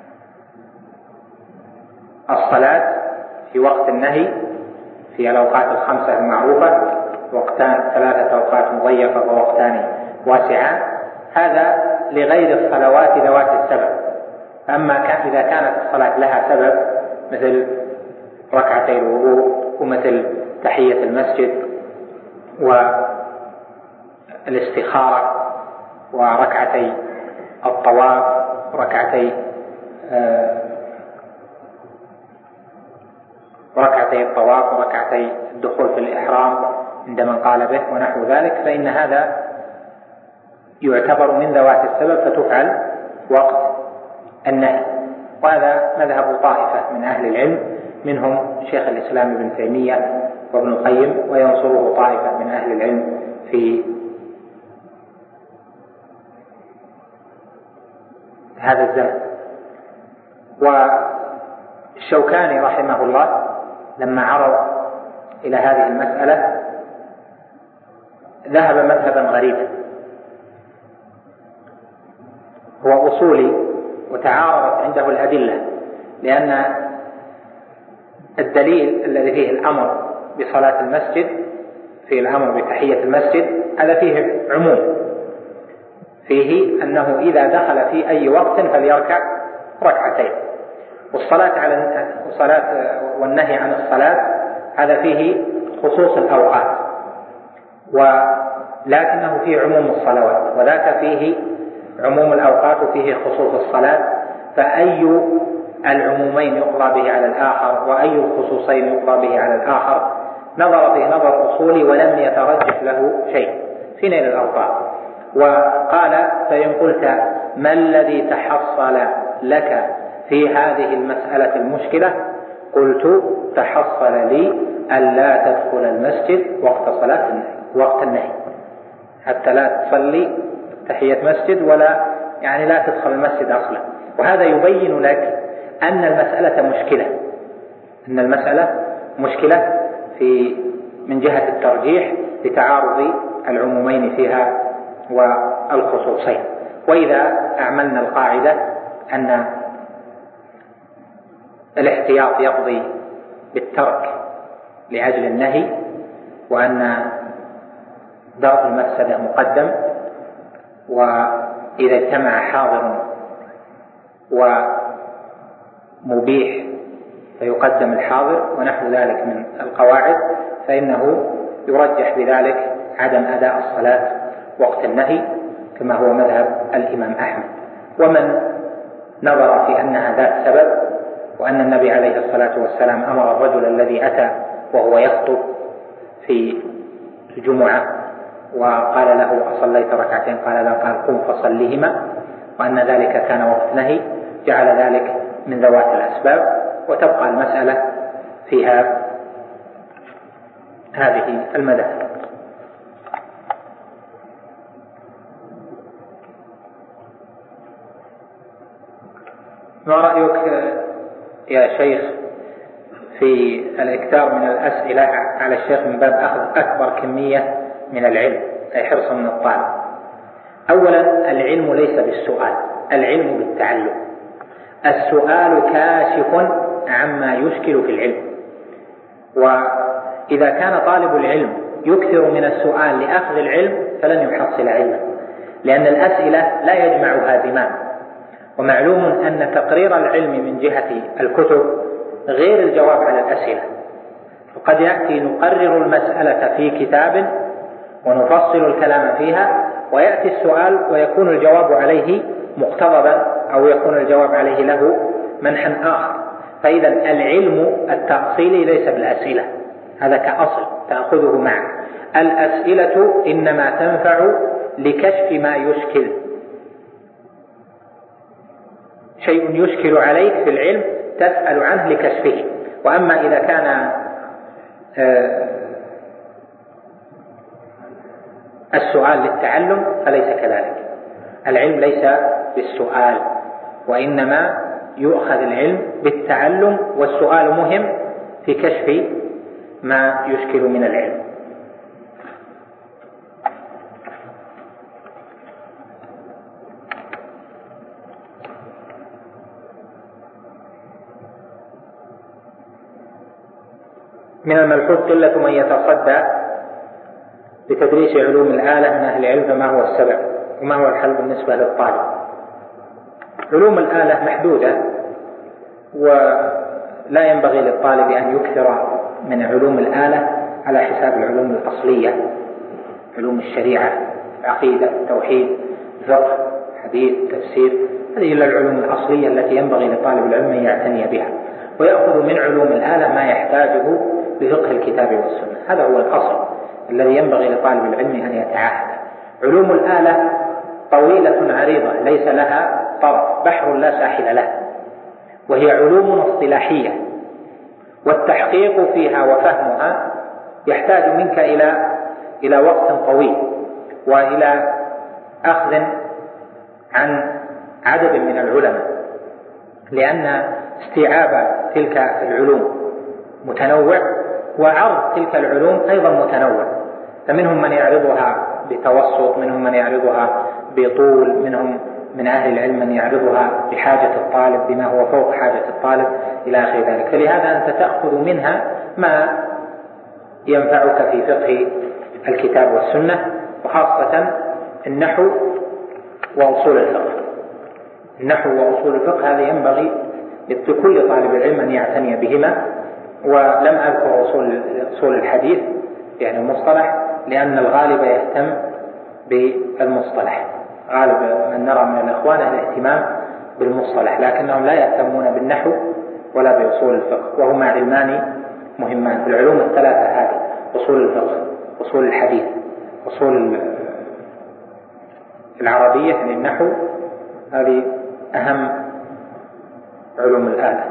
الصلاة في وقت النهي في الأوقات الخمسة المعروفة، وقتان ثلاثة أوقات مضيقة ووقتان واسعان، هذا لغير الصلوات ذوات السبب. أما كان إذا كانت الصلاة لها سبب مثل ركعتي الوضوء ومثل تحية المسجد والاستخارة وركعتي الطواف وركعتي آه وركعتي الطواف وركعتي الدخول في الإحرام عند من قال به ونحو ذلك، فإن هذا يعتبر من ذوات السبب فتفعل وقت النهي. وهذا مذهب طائفة من أهل العلم منهم شيخ الإسلام ابن تيمية وابن القيم، وينصره طائفة من أهل العلم في هذا الزمن. والشوكاني رحمه الله لما عرض إلى هذه المسألة ذهب مذهبا غريبا، هو أصولي وتعارضت عنده الأدلة، لأن الدليل الذي فيه الأمر بصلاة المسجد في الأمر بتحية المسجد هذا فيه عموم، فيه أنه إذا دخل في أي وقت فليركع ركعتين. والصلاة على الصلاة والنهي عن الصلاة هذا فيه خصوص الأوقات، ولكنه فيه عموم الصلوات، وذاك فيه عموم الأوقات وفيه خصوص الصلاة، فأي العمومين يقضى به على الآخر وأي الخصوصين يقضى به على الآخر نظر فيه نظر أصولي ولم يترجح له شيء في نيل الأوقات. وقال فإن قلت ما الذي تحصل لك في هذه المسألة المشكلة؟ قلت تحصل لي ألا تدخل المسجد وقت صلاة النهي وقت النهي، حتى لا تصلي تحية مسجد ولا يعني لا تدخل المسجد أصلا. وهذا يبين لك أن المسألة مشكلة، أن المسألة مشكلة في من جهة الترجيح لتعارض العمومين فيها والخصوصين. وإذا أعملنا القاعدة أن الاحتياط يقضي بالترك لأجل النهي، وأن درء المفسدة مقدم، وإذا اجتمع حاضر ومبيح فيقدم الحاضر ونحو ذلك من القواعد، فإنه يرجح بذلك عدم أداء الصلاة وقت النهي كما هو مذهب الإمام أحمد. ومن نظر في أنها ذات سبب، وأن النبي عليه الصلاة والسلام أمر الرجل الذي أتى وهو يخطب في الجمعة وقال له أصليت ركعتين؟ قال لا، قال قم فصليهما، وأن ذلك كان وقت نهي، جعل ذلك من ذوات الأسباب، وتبقى المسألة فيها هذه المذاهب. ما رأيك يا شيخ في الإكثار من الأسئلة على الشيخ من باب أخذ أكبر كمية من العلم، أي حرصا من الطالب؟ أولا، العلم ليس بالسؤال، العلم بالتعلم. السؤال كاشف عما يشكل في العلم، وإذا كان طالب العلم يكثر من السؤال لأخذ العلم فلن يحصل علما، لأن الأسئلة لا يجمعها زمان. ومعلوم أن تقرير العلم من جهة الكتب غير الجواب على الأسئلة، فقد يأتي نقرر المسألة في كتاب ونفصل الكلام فيها، ويأتي السؤال ويكون الجواب عليه مقتضبا أو يكون الجواب عليه له منحا آخر. فإذا العلم التأصيلي ليس بالأسئلة، هذا كأصل تأخذه معه. الأسئلة إنما تنفع لكشف ما يشكل، شيء يشكل عليك في العلم تسأل عنه لكشفه. وأما إذا كان السؤال للتعلم فليس كذلك. العلم ليس بالسؤال، وإنما يؤخذ العلم بالتعلم، والسؤال مهم في كشف ما يشكل من العلم. من الملحوظ قلة من يتصدى لتدريس علوم الآلة من أهل العلم، فما هو السبب وما هو الحل بالنسبة للطالب؟ علوم الآلة محدودة، ولا ينبغي للطالب أن يكثر من علوم الآلة على حساب العلوم الأصلية، علوم الشريعة، العقيدة، التوحيد، الفقه، حديث، تفسير. هذه العلوم الأصلية التي ينبغي لطالب العلم أن يعتني بها، ويأخذ من علوم الآلة ما يحتاجه بفقه الكتاب والسنة. هذا هو الأصل الذي ينبغي لطالب العلم أن يتعاهد. علوم الآلة طويلة عريضة ليس لها طرف، بحر لا ساحل له، وهي علوم اصطلاحية، والتحقيق فيها وفهمها يحتاج منك إلى إلى وقت طويل، وإلى أخذ عن عدد من العلماء، لأن استيعاب تلك العلوم متنوع، وعرض تلك العلوم أيضا متنوع. فمنهم من يعرضها بتوسط، منهم من يعرضها بطول، منهم من أهل العلم من يعرضها بحاجة الطالب، بما هو فوق حاجة الطالب، إلى آخر ذلك. فلهذا أنت تأخذ منها ما ينفعك في فقه الكتاب والسنة، وخاصة النحو وأصول الفقه. النحو وأصول الفقه هذا ينبغي لكل طالب العلم أن يعتني بهما. ولم أذكر أصول أصول الحديث يعني المصطلح، لأن الغالب يهتم بالمصطلح، غالب من نرى من الإخوان الاهتمام بالمصطلح، لكنهم لا يهتمون بالنحو ولا بأصول الفقه، وهما علمان مهمان في العلوم الثلاثة هذه: أصول الفقه، أصول الحديث، أصول العربية يعني النحو. هذه أهم علوم الآلة.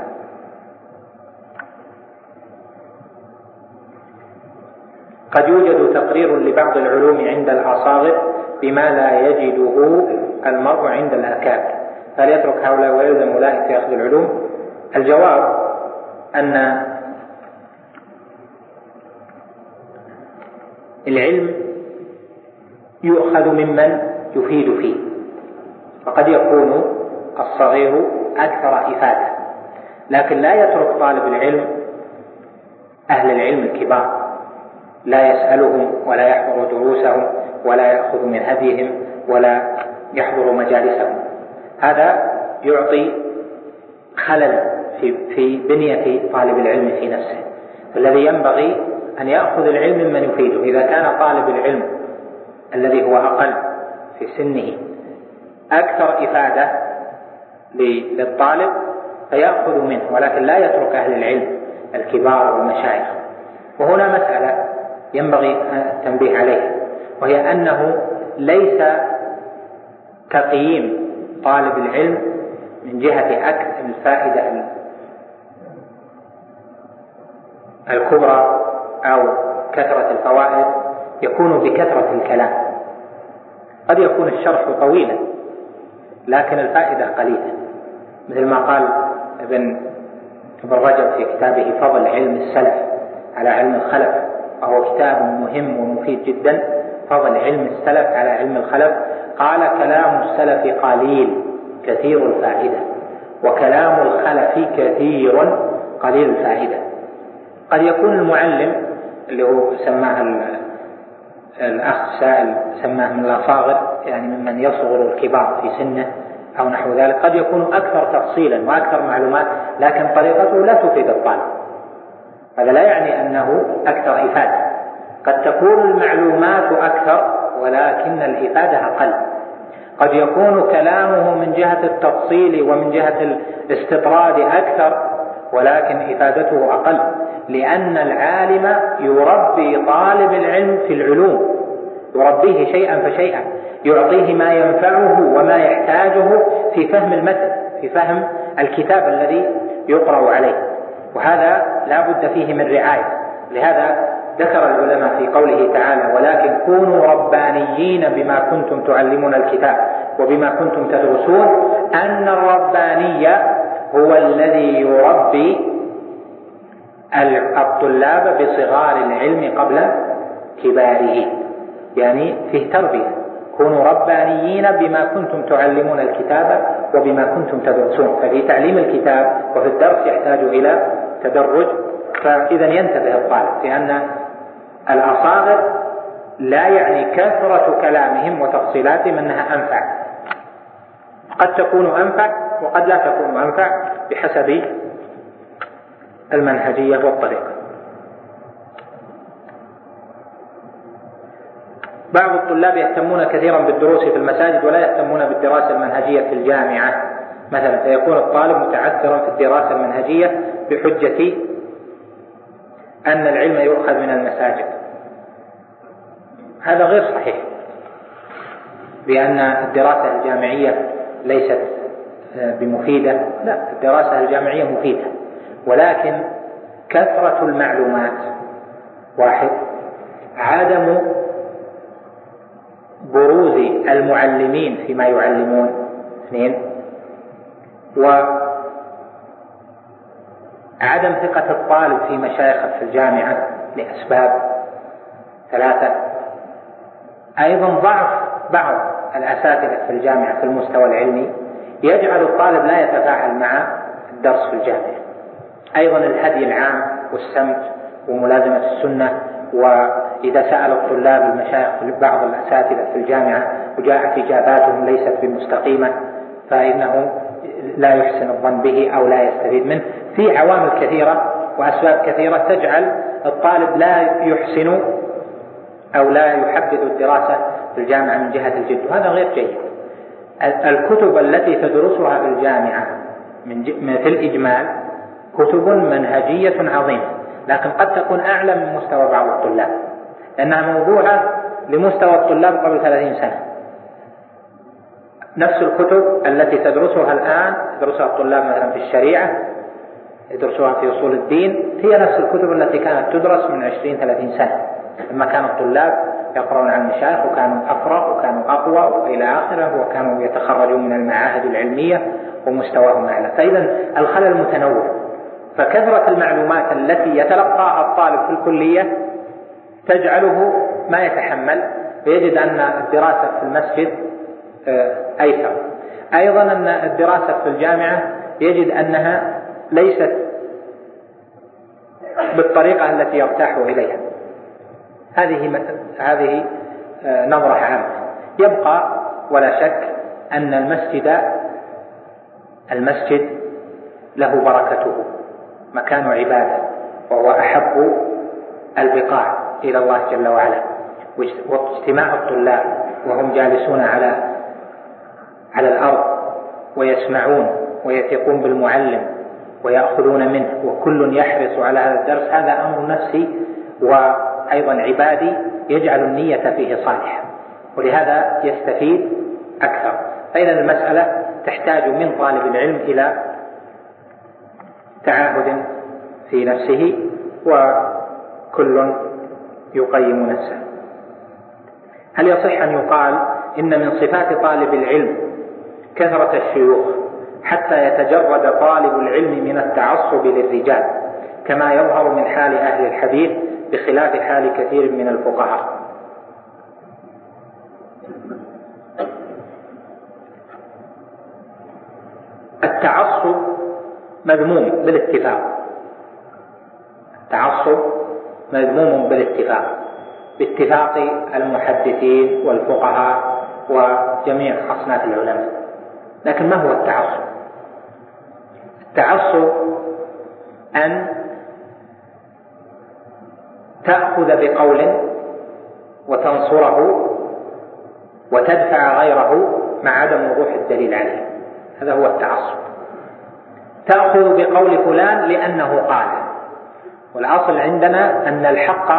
قد يوجد تقرير لبعض العلوم عند الأصاغر بما لا يجده المرء عند الأكابر، فهل يترك هؤلاء ويلزم أولئك في أخذ العلوم؟ الجواب أن العلم يؤخذ ممن يفيد فيه، فقد يكون الصغير أكثر إفادة، لكن لا يترك طالب العلم أهل العلم الكبار، لا يسألهم ولا يحضر دروسهم ولا يأخذ من هديهم ولا يحضر مجالسهم. هذا يعطي خلل في, في بنية طالب العلم في نفسه. الذي ينبغي أن يأخذ العلم ممن يفيده. إذا كان طالب العلم الذي هو أقل في سنه أكثر إفادة للطالب فيأخذ منه، ولكن لا يترك أهل العلم الكبار والمشايخ. وهنا مسألة ينبغي التنبيه عليها، وهي أنه ليس تقييم طالب العلم من جهة أكثر الفائدة الكبرى أو كثرة الفوائد يكون بكثرة الكلام. قد يكون الشرح طويلا لكن الفائدة قليلة، مثل ما قال ابن ابن رجب في كتابه فضل علم السلف على علم الخلف، وهو كتاب مهم ومفيد جدا. فضل علم السلف على علم الخلف. قال: كلام السلف قليل كثير الفائدة، وكلام الخلف كثير قليل الفائدة. قد يكون المعلم اللي هو سماه الأخ سائل سماه من الأصاغر، يعني ممن يصغر الكبار في سنه أو نحو ذلك، قد يكون أكثر تفصيلا وأكثر معلومات، لكن طريقته لا تفيد الطالب. هذا لا يعني أنه أكثر إفادة، قد تكون المعلومات أكثر ولكن الإفادة أقل. قد يكون كلامه من جهة التفصيل ومن جهة الاستطراد أكثر ولكن إفادته أقل، لأن العالم يربي طالب العلم في العلوم، يربيه شيئا فشيئا، يعطيه ما ينفعه وما يحتاجه في فهم المتن، في فهم الكتاب الذي يقرأ عليه، وهذا لا بد فيه من رعاية. لهذا ذكر العلماء في قوله تعالى: ولكن كونوا ربانيين بما كنتم تعلمون الكتاب وبما كنتم تدرسون، أن الرباني هو الذي يربي الطلاب بصغار العلم قبل كباره، يعني فيه تربية. كونوا ربانيين بما كنتم تعلمون الكتاب وبما كنتم تدرسون، ففي تعليم الكتاب وفي الدرس يحتاج إلى تدرج. فإذا ينتبه الطالب، لأن الأصاغر لا يعني كثرة كلامهم وتفصيلاتهم أنها أنفع، قد تكون أنفع وقد لا تكون أنفع بحسب المنهجية والطريقة. بعض الطلاب يهتمون كثيرا بالدروس في المساجد ولا يهتمون بالدراسة المنهجية في الجامعة مثلا، فيكون الطالب متعثرا في الدراسة المنهجية بحجة أن العلم يؤخذ من المساجد. هذا غير صحيح، لأن الدراسة الجامعية ليست بمفيدة، لا، الدراسة الجامعية مفيدة، ولكن كثرة المعلومات واحد، عدم بروز المعلمين فيما يعلمون اثنين، وعدم ثقة الطالب في مشايخه في الجامعة لأسباب ثلاثة، أيضا ضعف بعض الأساتذة في الجامعة في المستوى العلمي يجعل الطالب لا يتفاعل مع الدرس في الجامعة، أيضا الهدي العام والسمت وملازمة السنة. وإذا سأل الطلاب المشايخ بعض الأساتذة في الجامعة وجاءت إجاباتهم ليست بمستقيمة فإنه لا يحسن الظن به أو لا يستفيد منه. في عوامل كثيرة وأسباب كثيرة تجعل الطالب لا يحسن أو لا يحبذ الدراسة في الجامعة من جهة الجد، وهذا غير جيد. الكتب التي تدرسها في الجامعة من في الإجمال كتب منهجية عظيمة، لكن قد تكون أعلى من مستوى بعض الطلاب، لأنها موضوعة لمستوى الطلاب قبل ثلاثين سنة. نفس الكتب التي تدرسها الآن يدرسها الطلاب مثلا في الشريعة، يدرسوها في أصول الدين، هي نفس الكتب التي كانت تدرس من عشرين ثلاثين سنة، لما كان الطلاب يقرؤون عن المشايخ وكانوا أفرغ وكانوا أقوى وإلى آخره، وكانوا يتخرجون من المعاهد العلمية ومستواهم أعلى. فإذا الخلل متنوع، فكثرة المعلومات التي يتلقاها الطالب في الكلية تجعله ما يتحمل، ويجد أن الدراسة في المسجد أيسر. أيضا أن الدراسة في الجامعة يجد أنها ليست بالطريقة التي يرتاح إليها. هذه هذه نظرة عامة. يبقى ولا شك أن المسجد المسجد له بركته، مكان عبادة، وهو أحب البقاع إلى الله جل وعلا. واجتماع الطلاب وهم جالسون على على الأرض ويسمعون ويثقون بالمعلم ويأخذون منه وكل يحرص على هذا الدرس، هذا أمر نفسي وأيضا عبادي يجعل النية فيه صالحة، ولهذا يستفيد أكثر. فإذا المسألة تحتاج من طالب العلم إلى تعاهد في نفسه، وكل يقيم نفسه. هل يصح أن يقال إن من صفات طالب العلم كثرة الشيوخ حتى يتجرد طالب العلم من التعصب للرجال كما يظهر من حال أهل الحديث بخلاف حال كثير من الفقهاء؟ التعصب مذموم بالاتفاق، التعصب مذموم بالاتفاق باتفاق المحدثين والفقهاء وجميع أصناف العلماء. لكن ما هو التعصب؟ التعصب أن تأخذ بقول وتنصره وتدفع غيره مع عدم وضوح الدليل عليه، هذا هو التعصب. تأخذ بقول فلان لأنه قال، والأصل عندنا أن الحق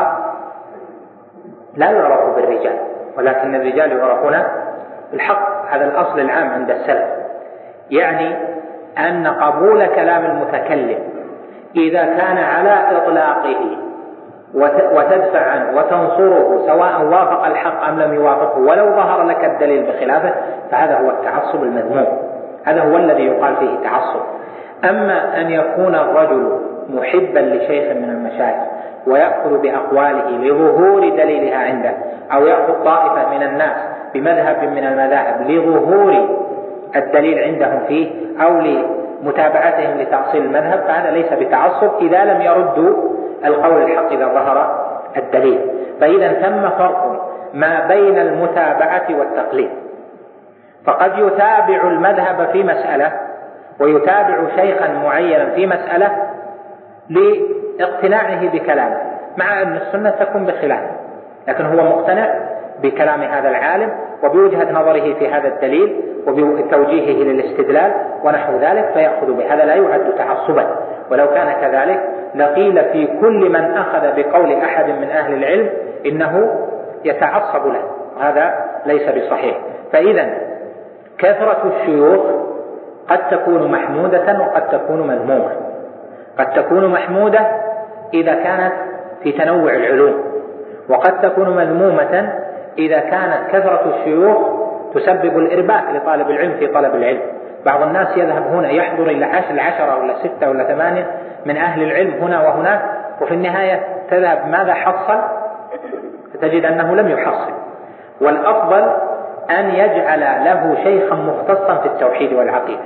لا يعرف بالرجال ولكن الرجال يعرفون بالحق، هذا الأصل العام عند السلف. يعني أن قبول كلام المتكلم إذا كان على إطلاقه وتدفع عنه وتنصره سواء وافق الحق أم لم يوافقه ولو ظهر لك الدليل بخلافه، فهذا هو التعصب المذموم، هذا هو الذي يقال فيه تعصب. أما أن يكون الرجل محبا لشيخ من المشايخ ويأخذ بأقواله لظهور دليلها عنده، أو يأخذ طائفة من الناس بمذهب من المذاهب لظهور الدليل عندهم فيه أو لمتابعتهم لتأصيل المذهب، فهذا ليس بتعصب إذا لم يردوا القول الحق إذا ظهر الدليل. فإذا ثم فرق ما بين المتابعة والتقليد، فقد يتابع المذهب في مسألة ويتابع شيخا معينا في مسألة لاقتناعه بكلامه، مع أن السنة تكون بخلافه، لكن هو مقتنع بكلام هذا العالم وبوجهة نظره في هذا الدليل وبتوجيهه للاستدلال ونحو ذلك فيأخذ بهذا، لا يعد تعصبا. ولو كان كذلك لقيل في كل من أخذ بقول أحد من أهل العلم إنه يتعصب له، هذا ليس بصحيح. فإذا كثرة الشيوخ قد تكون محمودة وقد تكون مذمومة. قد تكون محمودة إذا كانت في تنوع العلوم، وقد تكون مذمومة إذا كانت كثرة الشيوخ تسبب الإرباك لطالب العلم في طلب العلم. بعض الناس يذهب هنا يحضر إلى عشر عشرة ولا ستة ولا ثمانية من أهل العلم هنا وهناك، وفي النهاية تذهب ماذا حصل؟ فتجد أنه لم يحصل. والأفضل أن يجعل له شيخا مختصا في التوحيد والعقيدة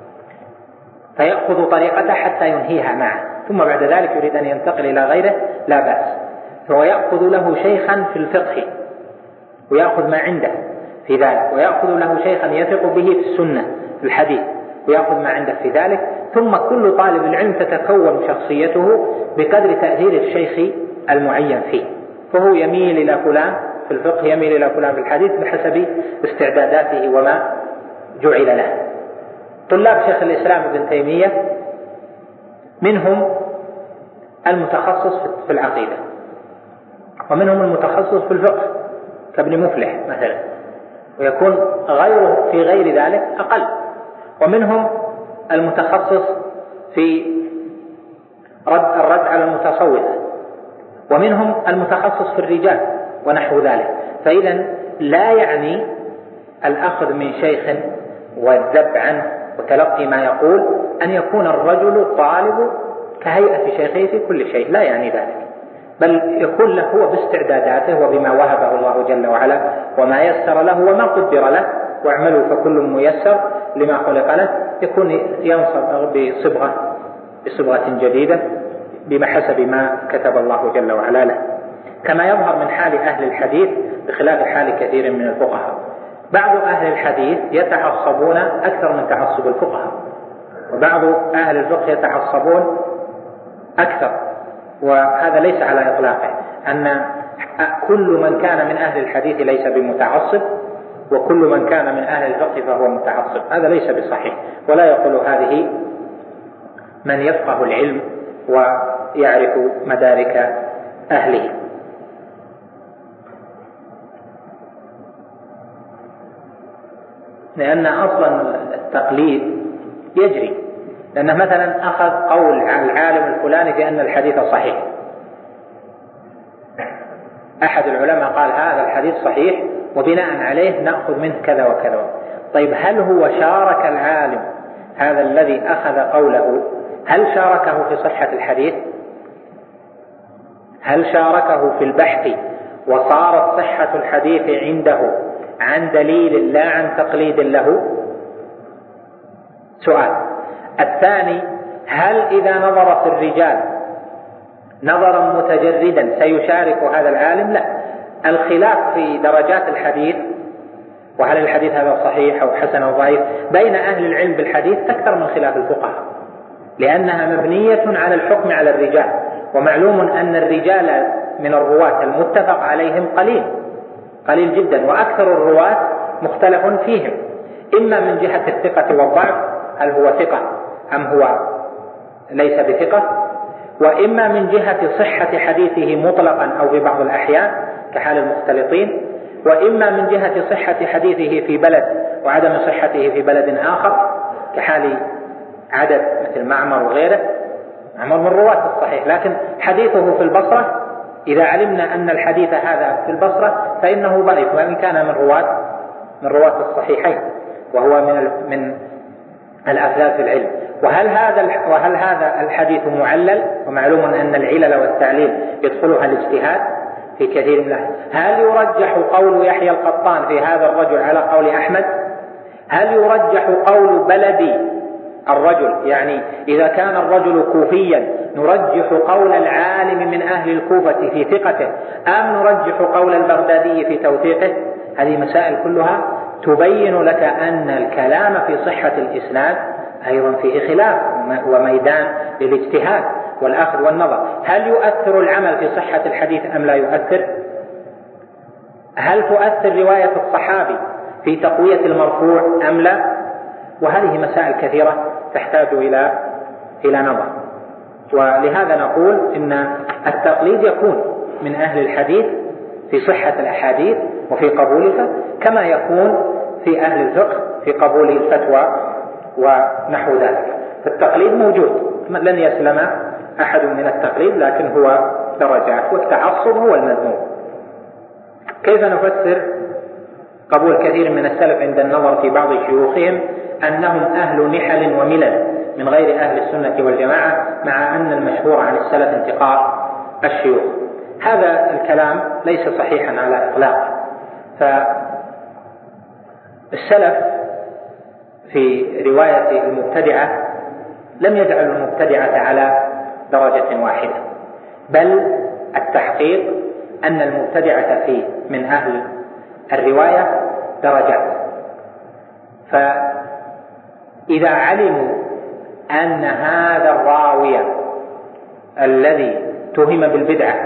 فيأخذ طريقته حتى ينهيها معه، ثم بعد ذلك يريد أن ينتقل إلى غيره لا بأس. فهو يأخذ له شيخا في الفقه ويأخذ ما عنده في ذلك، ويأخذ له شيخا يثق به في السنة في الحديث ويأخذ ما عنده في ذلك، ثم كل طالب العلم تتكون شخصيته بقدر تأثير الشيخ المعين فيه، فهو يميل إلى فلان في الفقه، يميل إلى فلان في الحديث بحسب استعداداته وما جعل له. طلاب شيخ الإسلام ابن تيمية منهم المتخصص في العقيدة، ومنهم المتخصص في الفقه كابن مفلح مثلا، ويكون غيره في غير ذلك أقل، ومنهم المتخصص في رد الرد على المتصوفة، ومنهم المتخصص في الرجال ونحو ذلك. فإذا لا يعني الأخذ من شيخ والذب عنه وتلقي ما يقول أن يكون الرجل طالب كهيئة شيخه في كل شيء، لا يعني ذلك، بل يكون له هو باستعداداته وبما وهبه الله جل وعلا وما يسر له وما قدر له، واعملوا فكل ميسر لما خلق له، يكون ينصب بصبغة بصبغة جديدة بحسب ما كتب الله جل وعلا له، كما يظهر من حال أهل الحديث بخلاف حال كثير من الفقهاء. بعض أهل الحديث يتعصبون أكثر من تعصب الفقهاء، وبعض أهل الفقه يتعصبون أكثر، وهذا ليس على إطلاقه، أن كل من كان من أهل الحديث ليس بمتعصب وكل من كان من أهل الفقه فهو متعصب، هذا ليس بصحيح، ولا يقول هذه من يفقه العلم ويعرف مدارك أهله. لأن أصلا التقليد يجري، لأنه مثلا أخذ قول عن العالم الفلاني في أن الحديث صحيح، أحد العلماء قال هذا الحديث صحيح وبناء عليه نأخذ منه كذا وكذا. طيب هل هو شارك العالم هذا الذي أخذ قوله، هل شاركه في صحة الحديث؟ هل شاركه في البحث وصارت صحة الحديث عنده عن دليل لا عن تقليد له؟ سؤال. الثاني، هل إذا نظر في الرجال نظرا متجردا سيشارك هذا العالم؟ لا. الخلاف في درجات الحديث وهل الحديث هذا صحيح أو حسن أو ضعيف بين أهل العلم بالحديث أكثر من خلاف الفقهاء، لأنها مبنية على الحكم على الرجال، ومعلوم أن الرجال من الرواة المتفق عليهم قليل قليل جدا، وأكثر الرواة مختلف فيهم، إما من جهة الثقة والضعف، هل هو ثقة أم هو ليس بثقة، وإما من جهة صحة حديثه مطلقا أو في بعض الأحيان كحال المختلطين، وإما من جهة صحة حديثه في بلد وعدم صحته في بلد آخر كحال عدد مثل معمر وغيره. معمر من رواة الصحيح، لكن حديثه في البصرة إذا علمنا أن الحديث هذا في البصرة فإنه ضعيف وإن كان من رواة من رواة الصحيحين، وهو من من الأفلاس العلم. وهل هذا وهل هذا الحديث معلل؟ ومعلوم أن العلل والتعليل يدخلها الاجتهاد في كثير من الأحيان. هل يرجح قول يحيى القطان في هذا الرجل على قول أحمد؟ هل يرجح قول بلد الرجل، يعني إذا كان الرجل كوفيا نرجح قول العالم من أهل الكوفة في ثقته أم نرجح قول البغدادي في توثيقه؟ هذه مسائل كلها تبين لك أن الكلام في صحة الإسناد أيضا فيه خلاف وميدان للاجتهاد والأخذ والنظر. هل يؤثر العمل في صحة الحديث أم لا يؤثر؟ هل تؤثر رواية الصحابي في تقوية المرفوع أم لا؟ وهذه مسائل كثيرة تحتاج إلى إلى نظر. ولهذا نقول إن التقليد يكون من أهل الحديث في صحة الأحاديث وفي قبولها، كما يكون في أهل الفقه في قبول الفتوى ونحو ذلك. فالتقليد موجود، لن يسلم أحد من التقليد، لكن هو درجات، والتعصب هو المذموم. كيف نفسر قبول كثير من السلف عند النظر في بعض شيوخهم أنهم أهل نحل وملل من غير أهل السنة والجماعة، مع أن المشهور عن السلف انتقاء الشيوخ؟ هذا الكلام ليس صحيحا على إطلاق. فالسلف في رواية المبتدعة لم يجعلوا المبتدعة على درجة واحدة، بل التحقيق أن المبتدعة في من أهل الرواية درجات. فإذا علموا أن هذا الراوي الذي تهم بالبدعة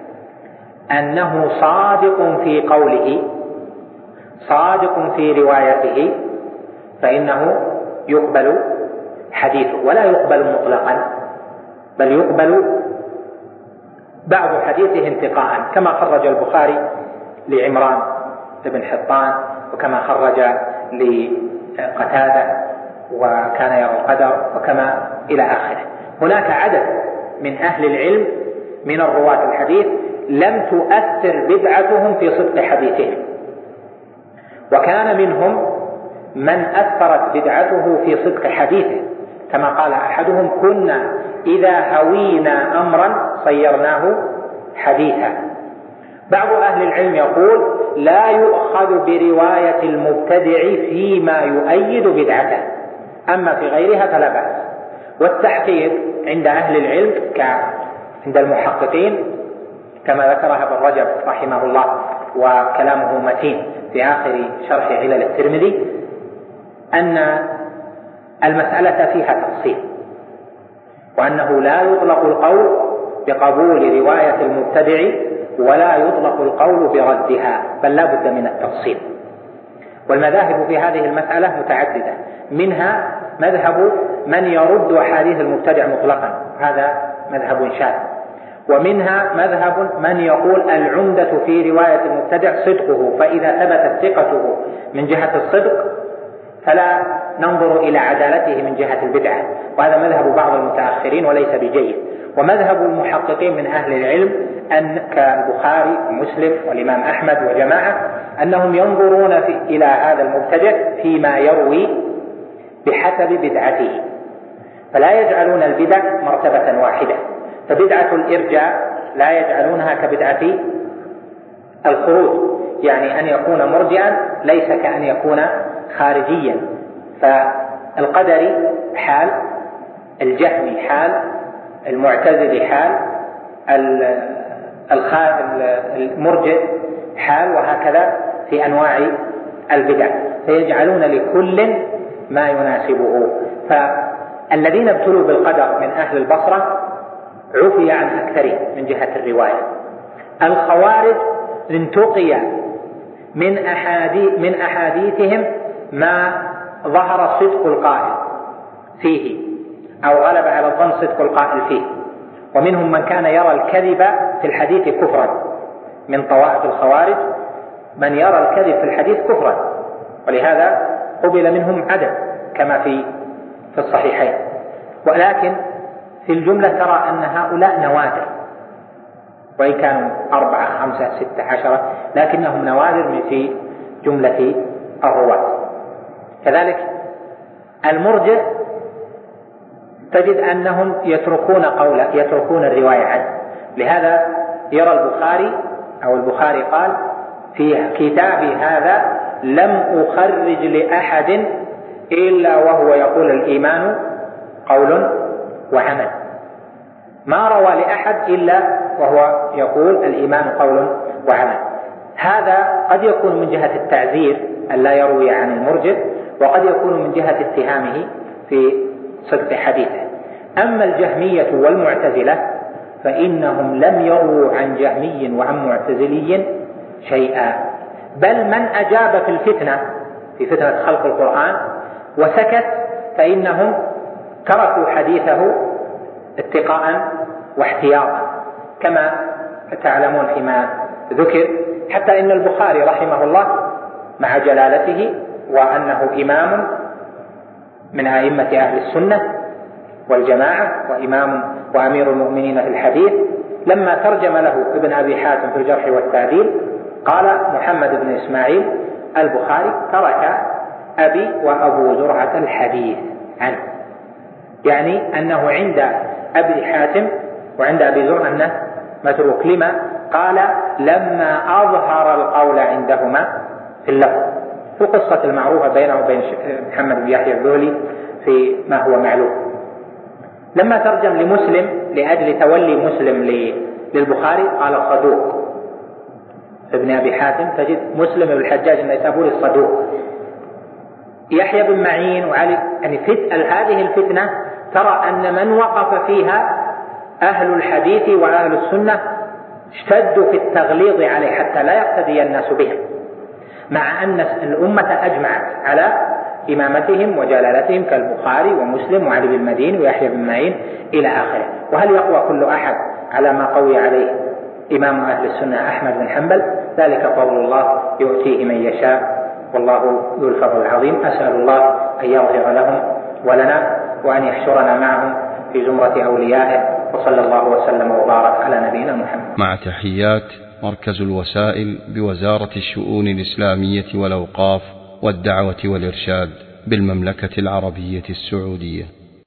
أنه صادق في قوله صادق في روايته فإنه يقبل حديثه، ولا يقبل مطلقا، بل يقبل بعض حديثه انتقاء، كما خرج البخاري لعمران بن حطان، وكما خرج لقتادة وكان يرى القدر، وكما إلى آخره. هناك عدد من أهل العلم من الرواة الحديث لم تؤثر بدعتهم في صدق حديثهم، وكان منهم من أثرت بدعته في صدق حديثه، كما قال أحدهم: كنا إذا هوينا أمرا صيرناه حديثا. بعض أهل العلم يقول: لا يؤخذ برواية المبتدع فيما يؤيد بدعته، أما في غيرها فلا بأس. والتحقيق عند أهل العلم عند المحققين كما ذكرها ابن رجب رحمه الله، وكلامه متين في آخر شرح علل الترمذي، أن المسألة فيها تفصيل، وأنه لا يطلق القول بقبول رواية المبتدع ولا يطلق القول بردها، بل لا بد من التفصيل. والمذاهب في هذه المسألة متعددة، منها مذهب من يرد أحاديث المبتدع مطلقا، هذا مذهب شاذ، ومنها مذهب من يقول العمدة في رواية المبتدع صدقه، فإذا ثبتت ثقته من جهة الصدق فلا ننظر إلى عدالته من جهة البدعة، وهذا مذهب بعض المتأخرين وليس بجيد. ومذهب المحققين من أهل العلم أن كالبخاري ومسلم والإمام أحمد وجماعة أنهم ينظرون في إلى هذا المبتدع فيما يروي بحسب بدعته، فلا يجعلون البدع مرتبة واحدة. فبدعة الإرجاء لا يجعلونها كبدعة الخروج، يعني أن يكون مرجئا ليس كأن يكون خارجيا. فالقدري حال، الجهمي حال، المعتزلي حال، المرجئ حال، وهكذا في أنواع البدع، فيجعلون لكل ما يناسبه. فالذين ابتلوا بالقدر من أهل البصرة عفي عن أكثرهم من جهة الرواية، الخوارج انتقي من أحاديث من أحاديثهم ما ظهر صدق القائل فيه أو غلب على الظن صدق القائل فيه، ومنهم من كان يرى الكذب في الحديث كفرا، من طوائف الخوارج من يرى الكذب في الحديث كفرا، ولهذا قبل منهم عدد كما في في الصحيحين. ولكن في الجملة ترى أن هؤلاء نوادر، وإن كانوا أربعة خمسة ستة عشرة لكنهم نوادر من في جملة الرواة. كذلك المرجئ تجد أنهم يتركون قوله يتركون الرواية عنه، لهذا يرى البخاري أو البخاري قال في كتابي هذا لم أخرج لأحد إلا وهو يقول الإيمان قول وعمل، ما روى لأحد إلا وهو يقول الإيمان قول وعمل. هذا قد يكون من جهة التعذير ألا يروي عن المرجئ، وقد يكون من جهة اتهامه في صدق حديثه. أما الجهمية والمعتزلة فإنهم لم يروا عن جهمي وعن معتزلي شيئا، بل من أجاب في الفتنة في فتنة خلق القرآن وسكت فإنهم تركوا حديثه اتقاء واحتياطا كما تعلمون فيما ذكر، حتى إن البخاري رحمه الله مع جلالته وأنه إمام من أئمة أهل السنة والجماعة وإمام وأمير المؤمنين في الحديث، لما ترجم له ابن أبي حاتم في الجرح والتعديل قال محمد بن إسماعيل البخاري ترك أبي وأبو زرعة الحديث عنه، يعني أنه عند أبي حاتم وعند أبي زرعة أنه متروك. لما؟ قال لما أظهر القول عندهما في اللفظ، في القصة المعروفة بينه وبين محمد بن يحيى الذهلي في ما هو معلوم. لما ترجم لمسلم لأجل تولي مسلم للبخاري قال صدوق. ابن أبي حاتم تجد مسلم بن الحجاج النيسابوري الصدوق. يحيى بن معين وعلي، يعني فتن هذه الفتنة ترى أن من وقف فيها أهل الحديث وأهل السنة اشتدوا في التغليظ عليه حتى لا يقتدي الناس بهم، مع أن الأمة أجمعت على إمامتهم وجلالتهم كالبخاري ومسلم وعلي بن المديني ويحيى بن معين إلى آخره. وهل يقوى كل أحد على ما قوي عليه إمام أهل السنة أحمد بن حنبل؟ ذلك فضل الله يؤتيه من يشاء، والله ذو الفضل العظيم. أسأل الله أن يغفر لهم ولنا وأن يحشرنا معهم في زمرة أوليائه، وصلى الله وسلم وبارك على نبينا محمد. مع تحيات مركز الوسائل بوزارة الشؤون الإسلامية والأوقاف والدعوة والإرشاد بالمملكة العربية السعودية.